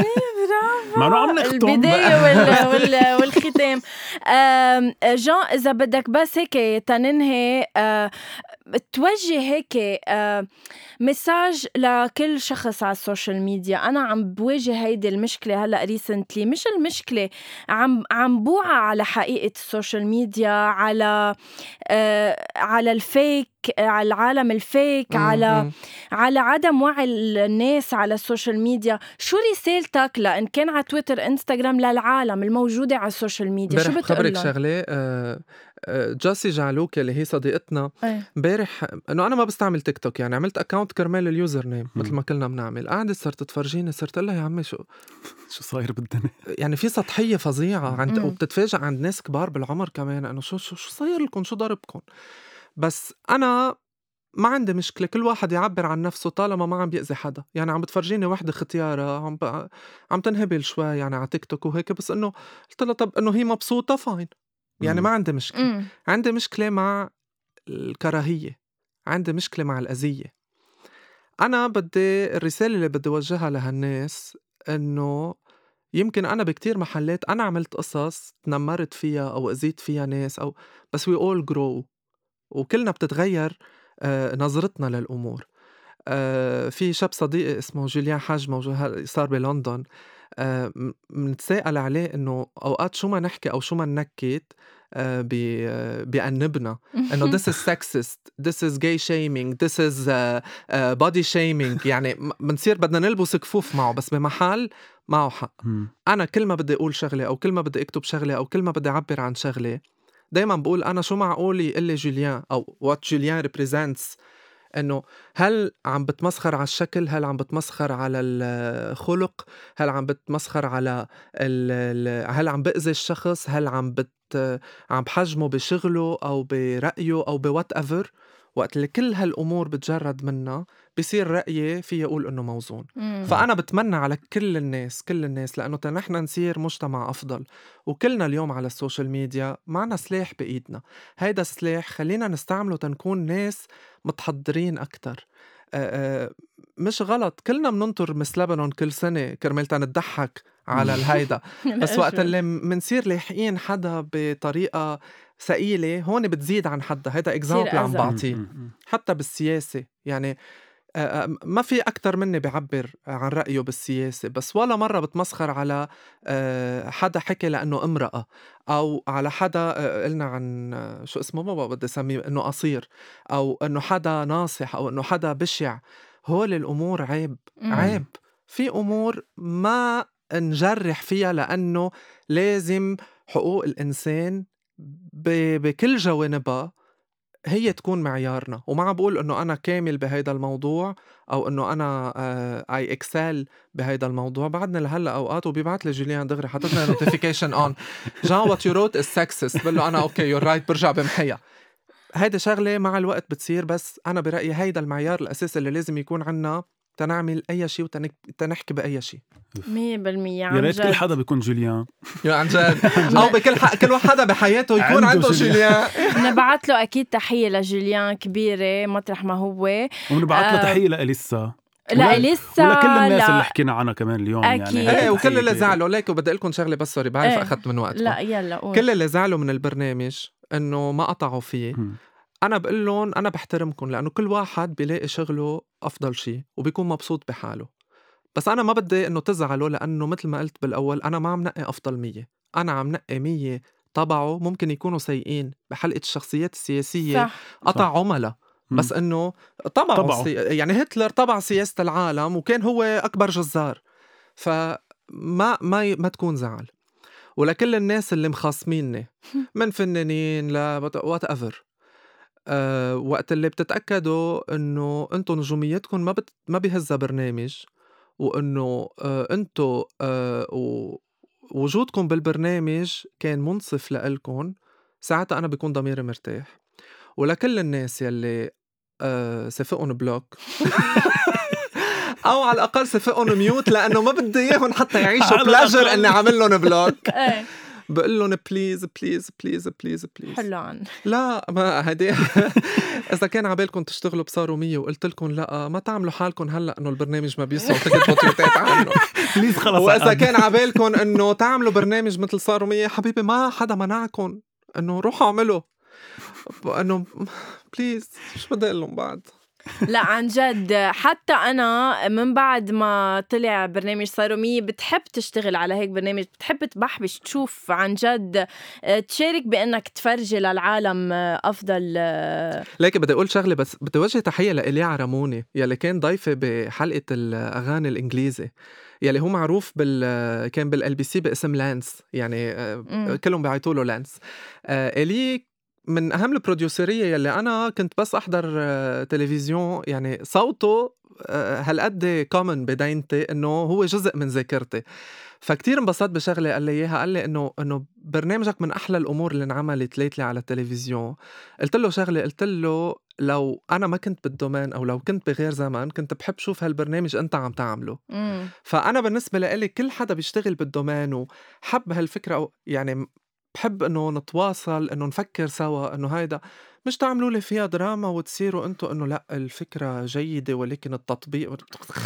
Speaker 2: ما أنا عم نختم
Speaker 1: البداية وال... وال... والختام. جان إذا بدك بس هيك تننهي، توجه هيك مساج لكل شخص على السوشيال ميديا. أنا عم بواجه هيدي المشكلة هلأ ريسنتلي، مش المشكلة عم عم بوعى على حقيقة السوشيال ميديا، على على الفيك الفيك، على العالم الفيك، على على عدم وعي الناس على السوشيال ميديا. شو رسالتك لأن كان على تويتر انستغرام للعالم الموجودة على السوشيال ميديا؟ شو بتقول
Speaker 3: خبرك
Speaker 1: لهم؟
Speaker 3: شغلة آه آه جاسي جعلوك اللي هي صديقتنا امبارح انه انا ما بستعمل تيك توك، يعني عملت اكاونت كرمال اليوزر نيم مثل ما كلنا بنعمل. قاعدة صرت تفرجيني، صرت لها يا عمي شو
Speaker 2: شو صاير بالدنيا؟ يعني
Speaker 3: في سطحية فظيعة عند وبتتفاجئ عند ناس كبار بالعمر كمان انه شو شو شو صاير لكم، شو ضربكم. بس انا ما عندي مشكلة كل واحد يعبر عن نفسه طالما ما عم بيأذي حدا. يعني عم بتفرجيني واحدة ختيارة عم ب... عم تنهبل شوي يعني على تيك توك وهيك، بس انه قلت لها طب انه هي مبسوطة فاين، يعني ما عندي مشكلة. مم. عندي مشكلة مع الكراهية، عندي مشكلة مع الأذية. أنا بدي الرسالة اللي بدي وجهها لهالناس إنه يمكن أنا بكتير محلات أنا عملت قصص تنمرت فيها أو أذيت فيها ناس أو بس we all grow وكلنا بتتغير آه نظرتنا للأمور. آه في شاب صديقي اسمه جوليان حاج موجود صار بلندن، آه منتساءل عليه إنه أوقات شو ما نحكي أو شو ما ننكت آه بي آه بيأنبنا إنه this is sexist, this is gay shaming, this is uh, uh, body shaming. يعني منصير بدنا نلبس كفوف معه، بس بمحل معه حق. أنا كل ما بدي أقول شغلة أو كل ما بدي أكتب شغلة أو كل ما بدي أعبر عن شغلة دايما بقول أنا شو معقول يقول لي جوليان أو what جوليان represents، إنه هل عم بتمسخر على الشكل، هل عم بتمسخر على الخلق، هل عم بتمسخر على ال هل عم بأذي الشخص، هل عم بت عم بحجمه بشغله أو برأيه أو بوات أفر. وقت اللي كل هالأمور بتجرد منها بيصير رأيي فيه يقول إنه موزون. مم. فأنا بتمنى على كل الناس كل الناس لأنه نحن نصير مجتمع أفضل، وكلنا اليوم على السوشيال ميديا معنا سلاح بإيدنا. هيدا السلاح خلينا نستعمله تنكون ناس متحضرين أكتر. أه أه مش غلط كلنا مننطر مس لبنان كل سنة كرمال تنضحك على الهيدا، بس وقت اللي منصير لاحقين حدا بطريقة ثقيلة هون بتزيد عن حدا. هيدا اكزامبل عم بعطيه حتى بالسياسة. يعني ما في أكتر مني بعبر عن رأيه بالسياسة، بس ولا مرة بتمسخر على حدا حكي لأنه امرأة أو على حدا قلنا عن شو اسمه ما بدي سميه إنه قصير أو إنه حدا ناصح أو إنه حدا بشع. هول الأمور عيب. مم. عيب. في أمور ما نجرح فيها لأنه لازم حقوق الإنسان بكل جوانبها هي تكون معيارنا. وما عم بقول إنه أنا كامل بهيدا الموضوع أو إنه أنا آي إكسل بهيدا الموضوع. بعدنا لهلا أوقات وبيبعت لي جوليان دغري حطتنا notification on جان what you wrote is sexist، بقول له أنا أوكي you're right برجع بمحيها. هيدا شغلة مع الوقت بتصير، بس أنا برأيي هيدا المعيار الأساسي اللي لازم يكون عنا تنعمل أي شيء وتنحكي بأي شيء.
Speaker 1: مية بالمية
Speaker 2: يا ريت كل حدا بيكون جوليان
Speaker 3: عن جد أو بكل حق كل حدا بحياته يكون عنده جوليان.
Speaker 1: نبعت له أكيد تحية لجوليان كبيرة مطرح ما هو،
Speaker 2: ونبعت له تحية لإليسا
Speaker 1: لا لسه
Speaker 2: ولا كل الناس لا. اللي حكينا عنها كمان اليوم
Speaker 1: أكيد.
Speaker 3: يعني ايه وكل اللي زعلوا ليك. وبدي لكم شغله بس سوري بعرف ايه. اخذت من وقتكم.
Speaker 1: لا يلا قول.
Speaker 3: كل اللي زعلوا من البرنامج انه ما قطعوا فيه م. انا بقول لهم انا بحترمكم لانه كل واحد بيلاقي شغله افضل شيء وبيكون مبسوط بحاله. بس انا ما بدي انه تزعلوا لانه مثل ما قلت بالاول انا ما عم نقي افضل مية، انا عم نقي مية طبعه ممكن يكونوا سيئين. بحلقه الشخصيات السياسيه صح. قطع عملاء بس انه طبعه, طبعه. سي... يعني هتلر طبع سياسة العالم وكان هو اكبر جزار. فما ما ما تكون زعل. ولكل الناس اللي مخاصميني من فنانين لا وات ايفر أه وقت اللي بتتاكدوا انه انتم نجوميتكم ما بت... ما بيهزها برنامج وانه أه انتم أه ووجودكم بالبرنامج كان منصف لإلكم، ساعتها انا بيكون ضميري مرتاح. ولكل الناس يلي أه سفقهم بلوك او على الاقل سفقهم ميوت لانه ما بدي اياهم حتى يعيشوا بلاجر اني عامل لهم بلوك بقول لهم بليز بليز بليز بليز بليز
Speaker 1: حلوان.
Speaker 3: لا ما هدي اذا كان عبالكم تشتغلوا بصارومية وقلت لكم لا ما تعملوا حالكم هلا انه البرنامج ما بيسوى تكتبوا تويتات عنه
Speaker 2: بليز خلص.
Speaker 3: واذا كان عبالكم انه تعملوا برنامج مثل صارومية حبيبي ما حدا منعكم انه روحوا اعملوا انه بليز. شو بدي اقول لهم بعد؟
Speaker 1: لا عن جد حتى أنا من بعد ما طلع برنامج صاروا مية بتحب تشتغل على هيك برنامج، بتحب تبحبش تشوف عن جد تشارك بأنك تفرجي للعالم أفضل.
Speaker 3: لكن بدي أقول شغلة بس، بدي وجه تحية لإليا عرموني يلي كان ضيفة بحلقة الأغاني الإنجليزي، يلي هو معروف بال كان بالال بي سي باسم لانس، يعني
Speaker 1: مم.
Speaker 3: كلهم بيعيطوا له لانس. إلي من أهم البروديوسرية يلي أنا كنت بس أحضر تلفزيون، يعني صوته هالقد كومن بدينتي إنه هو جزء من ذاكرتي. فكتير انبسطت بشغلة قال لي إياها، قال لي إنه إنه برنامجك من أحلى الأمور اللي انعملت ليتلي على التلفزيون. قلت له شغلة، قلت له لو أنا ما كنت بالدومين أو لو كنت بغير زمان كنت بحب شوف هالبرنامج أنت عم تعمله.
Speaker 1: مم.
Speaker 3: فأنا بالنسبة لي كل حدا بيشتغل بالدومين وحب هالفكرة، أو يعني بحب إنه نتواصل، إنه نفكر سوا، إنه هيدا مش تعملوا لي فيها دراما وتصيروا أنتوا إنه لأ الفكرة جيدة ولكن التطبيق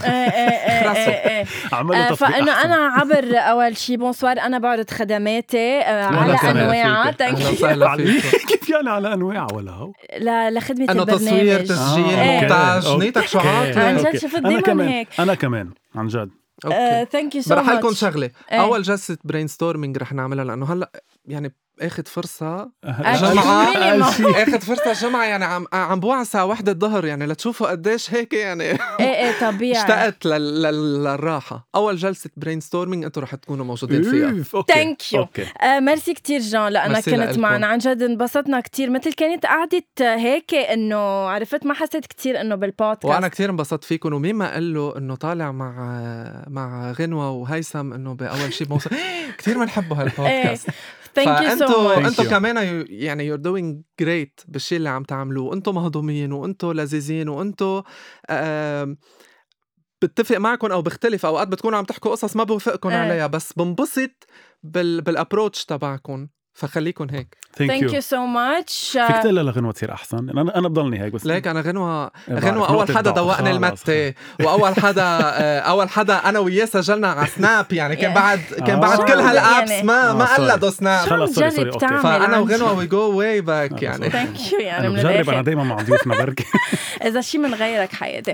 Speaker 2: عملوا تطبيق
Speaker 1: فأنا
Speaker 2: أحسن.
Speaker 1: أنا عبر أول شي بونسوار، أنا بعرض خدماتي على أنواع.
Speaker 2: كيف يعني على أنواع ولا هو
Speaker 1: لا لخدمة
Speaker 3: أنه
Speaker 1: البرنامج،
Speaker 3: تصوير تسجيل
Speaker 2: آه.
Speaker 3: مونتاج نيتك شو عاطل.
Speaker 1: عن جد شفت
Speaker 2: أنا
Speaker 1: دايما
Speaker 2: كمان
Speaker 1: هيك.
Speaker 2: أنا كمان عن جد.
Speaker 3: اوكي
Speaker 1: ثانك يو سو
Speaker 3: رح لكم
Speaker 1: ماتش.
Speaker 3: شغله،
Speaker 1: ايه.
Speaker 3: اول جلسه برين ستورمينج رح نعملها لانه هلا يعني اخذ فرصه
Speaker 1: أكيد
Speaker 3: جمعة
Speaker 1: مينيموم.
Speaker 3: اخذ فرصه جمعه، يعني عم عم بوعى الساعه واحدة الظهر، يعني لتشوفوا قديش هيك يعني
Speaker 1: ايه ايه طبيعي.
Speaker 3: اشتقت لل... لل... للراحه. اول جلسه برين ستورمينج انتم رح تكونوا موجودين فيها.
Speaker 1: ثانك يو. ميرسي كتير جان لانك كنت
Speaker 3: لألكم.
Speaker 1: معنا، عن جد انبسطنا كتير، مثل كانت قعدة هيك انه عرفت ما حسيت كتير انه بالبودكاست.
Speaker 3: وانا كتير انبسطت فيكم، ومين ما قال له انه طالع مع مع غنوة وهيثم انه باول شيء بوصل كتير بنحبوا هالبودكاست. فانتوا انتوا كمان يعني you're doing great بالشيء اللي عم تعملوه، انتوا مهضومين وانتوا لذيذين وانتوا آه بتفق معكم او بختلف، اوقات بتكونوا عم تحكوا قصص ما بوافقكم عليها، بس بنبسط بال بالابروتش تبعكم، فخليكم هيك.
Speaker 1: ثانك يو سو ماتش.
Speaker 2: فيك تقول لغنوة تصير احسن، انا انا بضلني هيك بس
Speaker 3: ليك انا غنوة غنوة اول حدا دوقني المتة، واول حدا اول حدا انا وياه سجلنا على سناب، يعني كان بعد كان بعد كل هالابس ما ما قلدوا سناب، فانا وغنوة وي جو واي باك يعني.
Speaker 1: ثانك يو. يعني
Speaker 2: بجرب انا دايما مع ضيوفنا بركي
Speaker 1: اذا شيء من غيرك حياتي.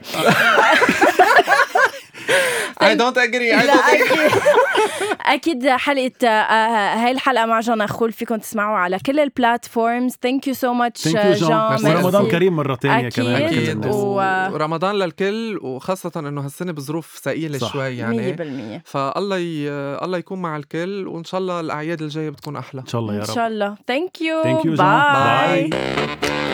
Speaker 3: I don't agree. I don't agree.
Speaker 1: أكيد حلقة هاي الحلقة مع جان أخول فيكم تسمعوا على كل البلاتفورمز. Thank you so much جان.
Speaker 2: ورمضان كريم مرة تانية كمان.
Speaker 3: أكيد. ورمضان للكل، وخاصة إنه هالسنة بظروف ثقيلة شوي يعني
Speaker 1: مية بالمية.
Speaker 3: فالله ي... الله يكون مع الكل، وإن شاء الله الأعياد الجاية بتكون أحلى
Speaker 2: إن شاء الله يا رب.
Speaker 1: إن شاء الله. Thank you.
Speaker 2: Thank you
Speaker 1: Bye.
Speaker 2: Bye.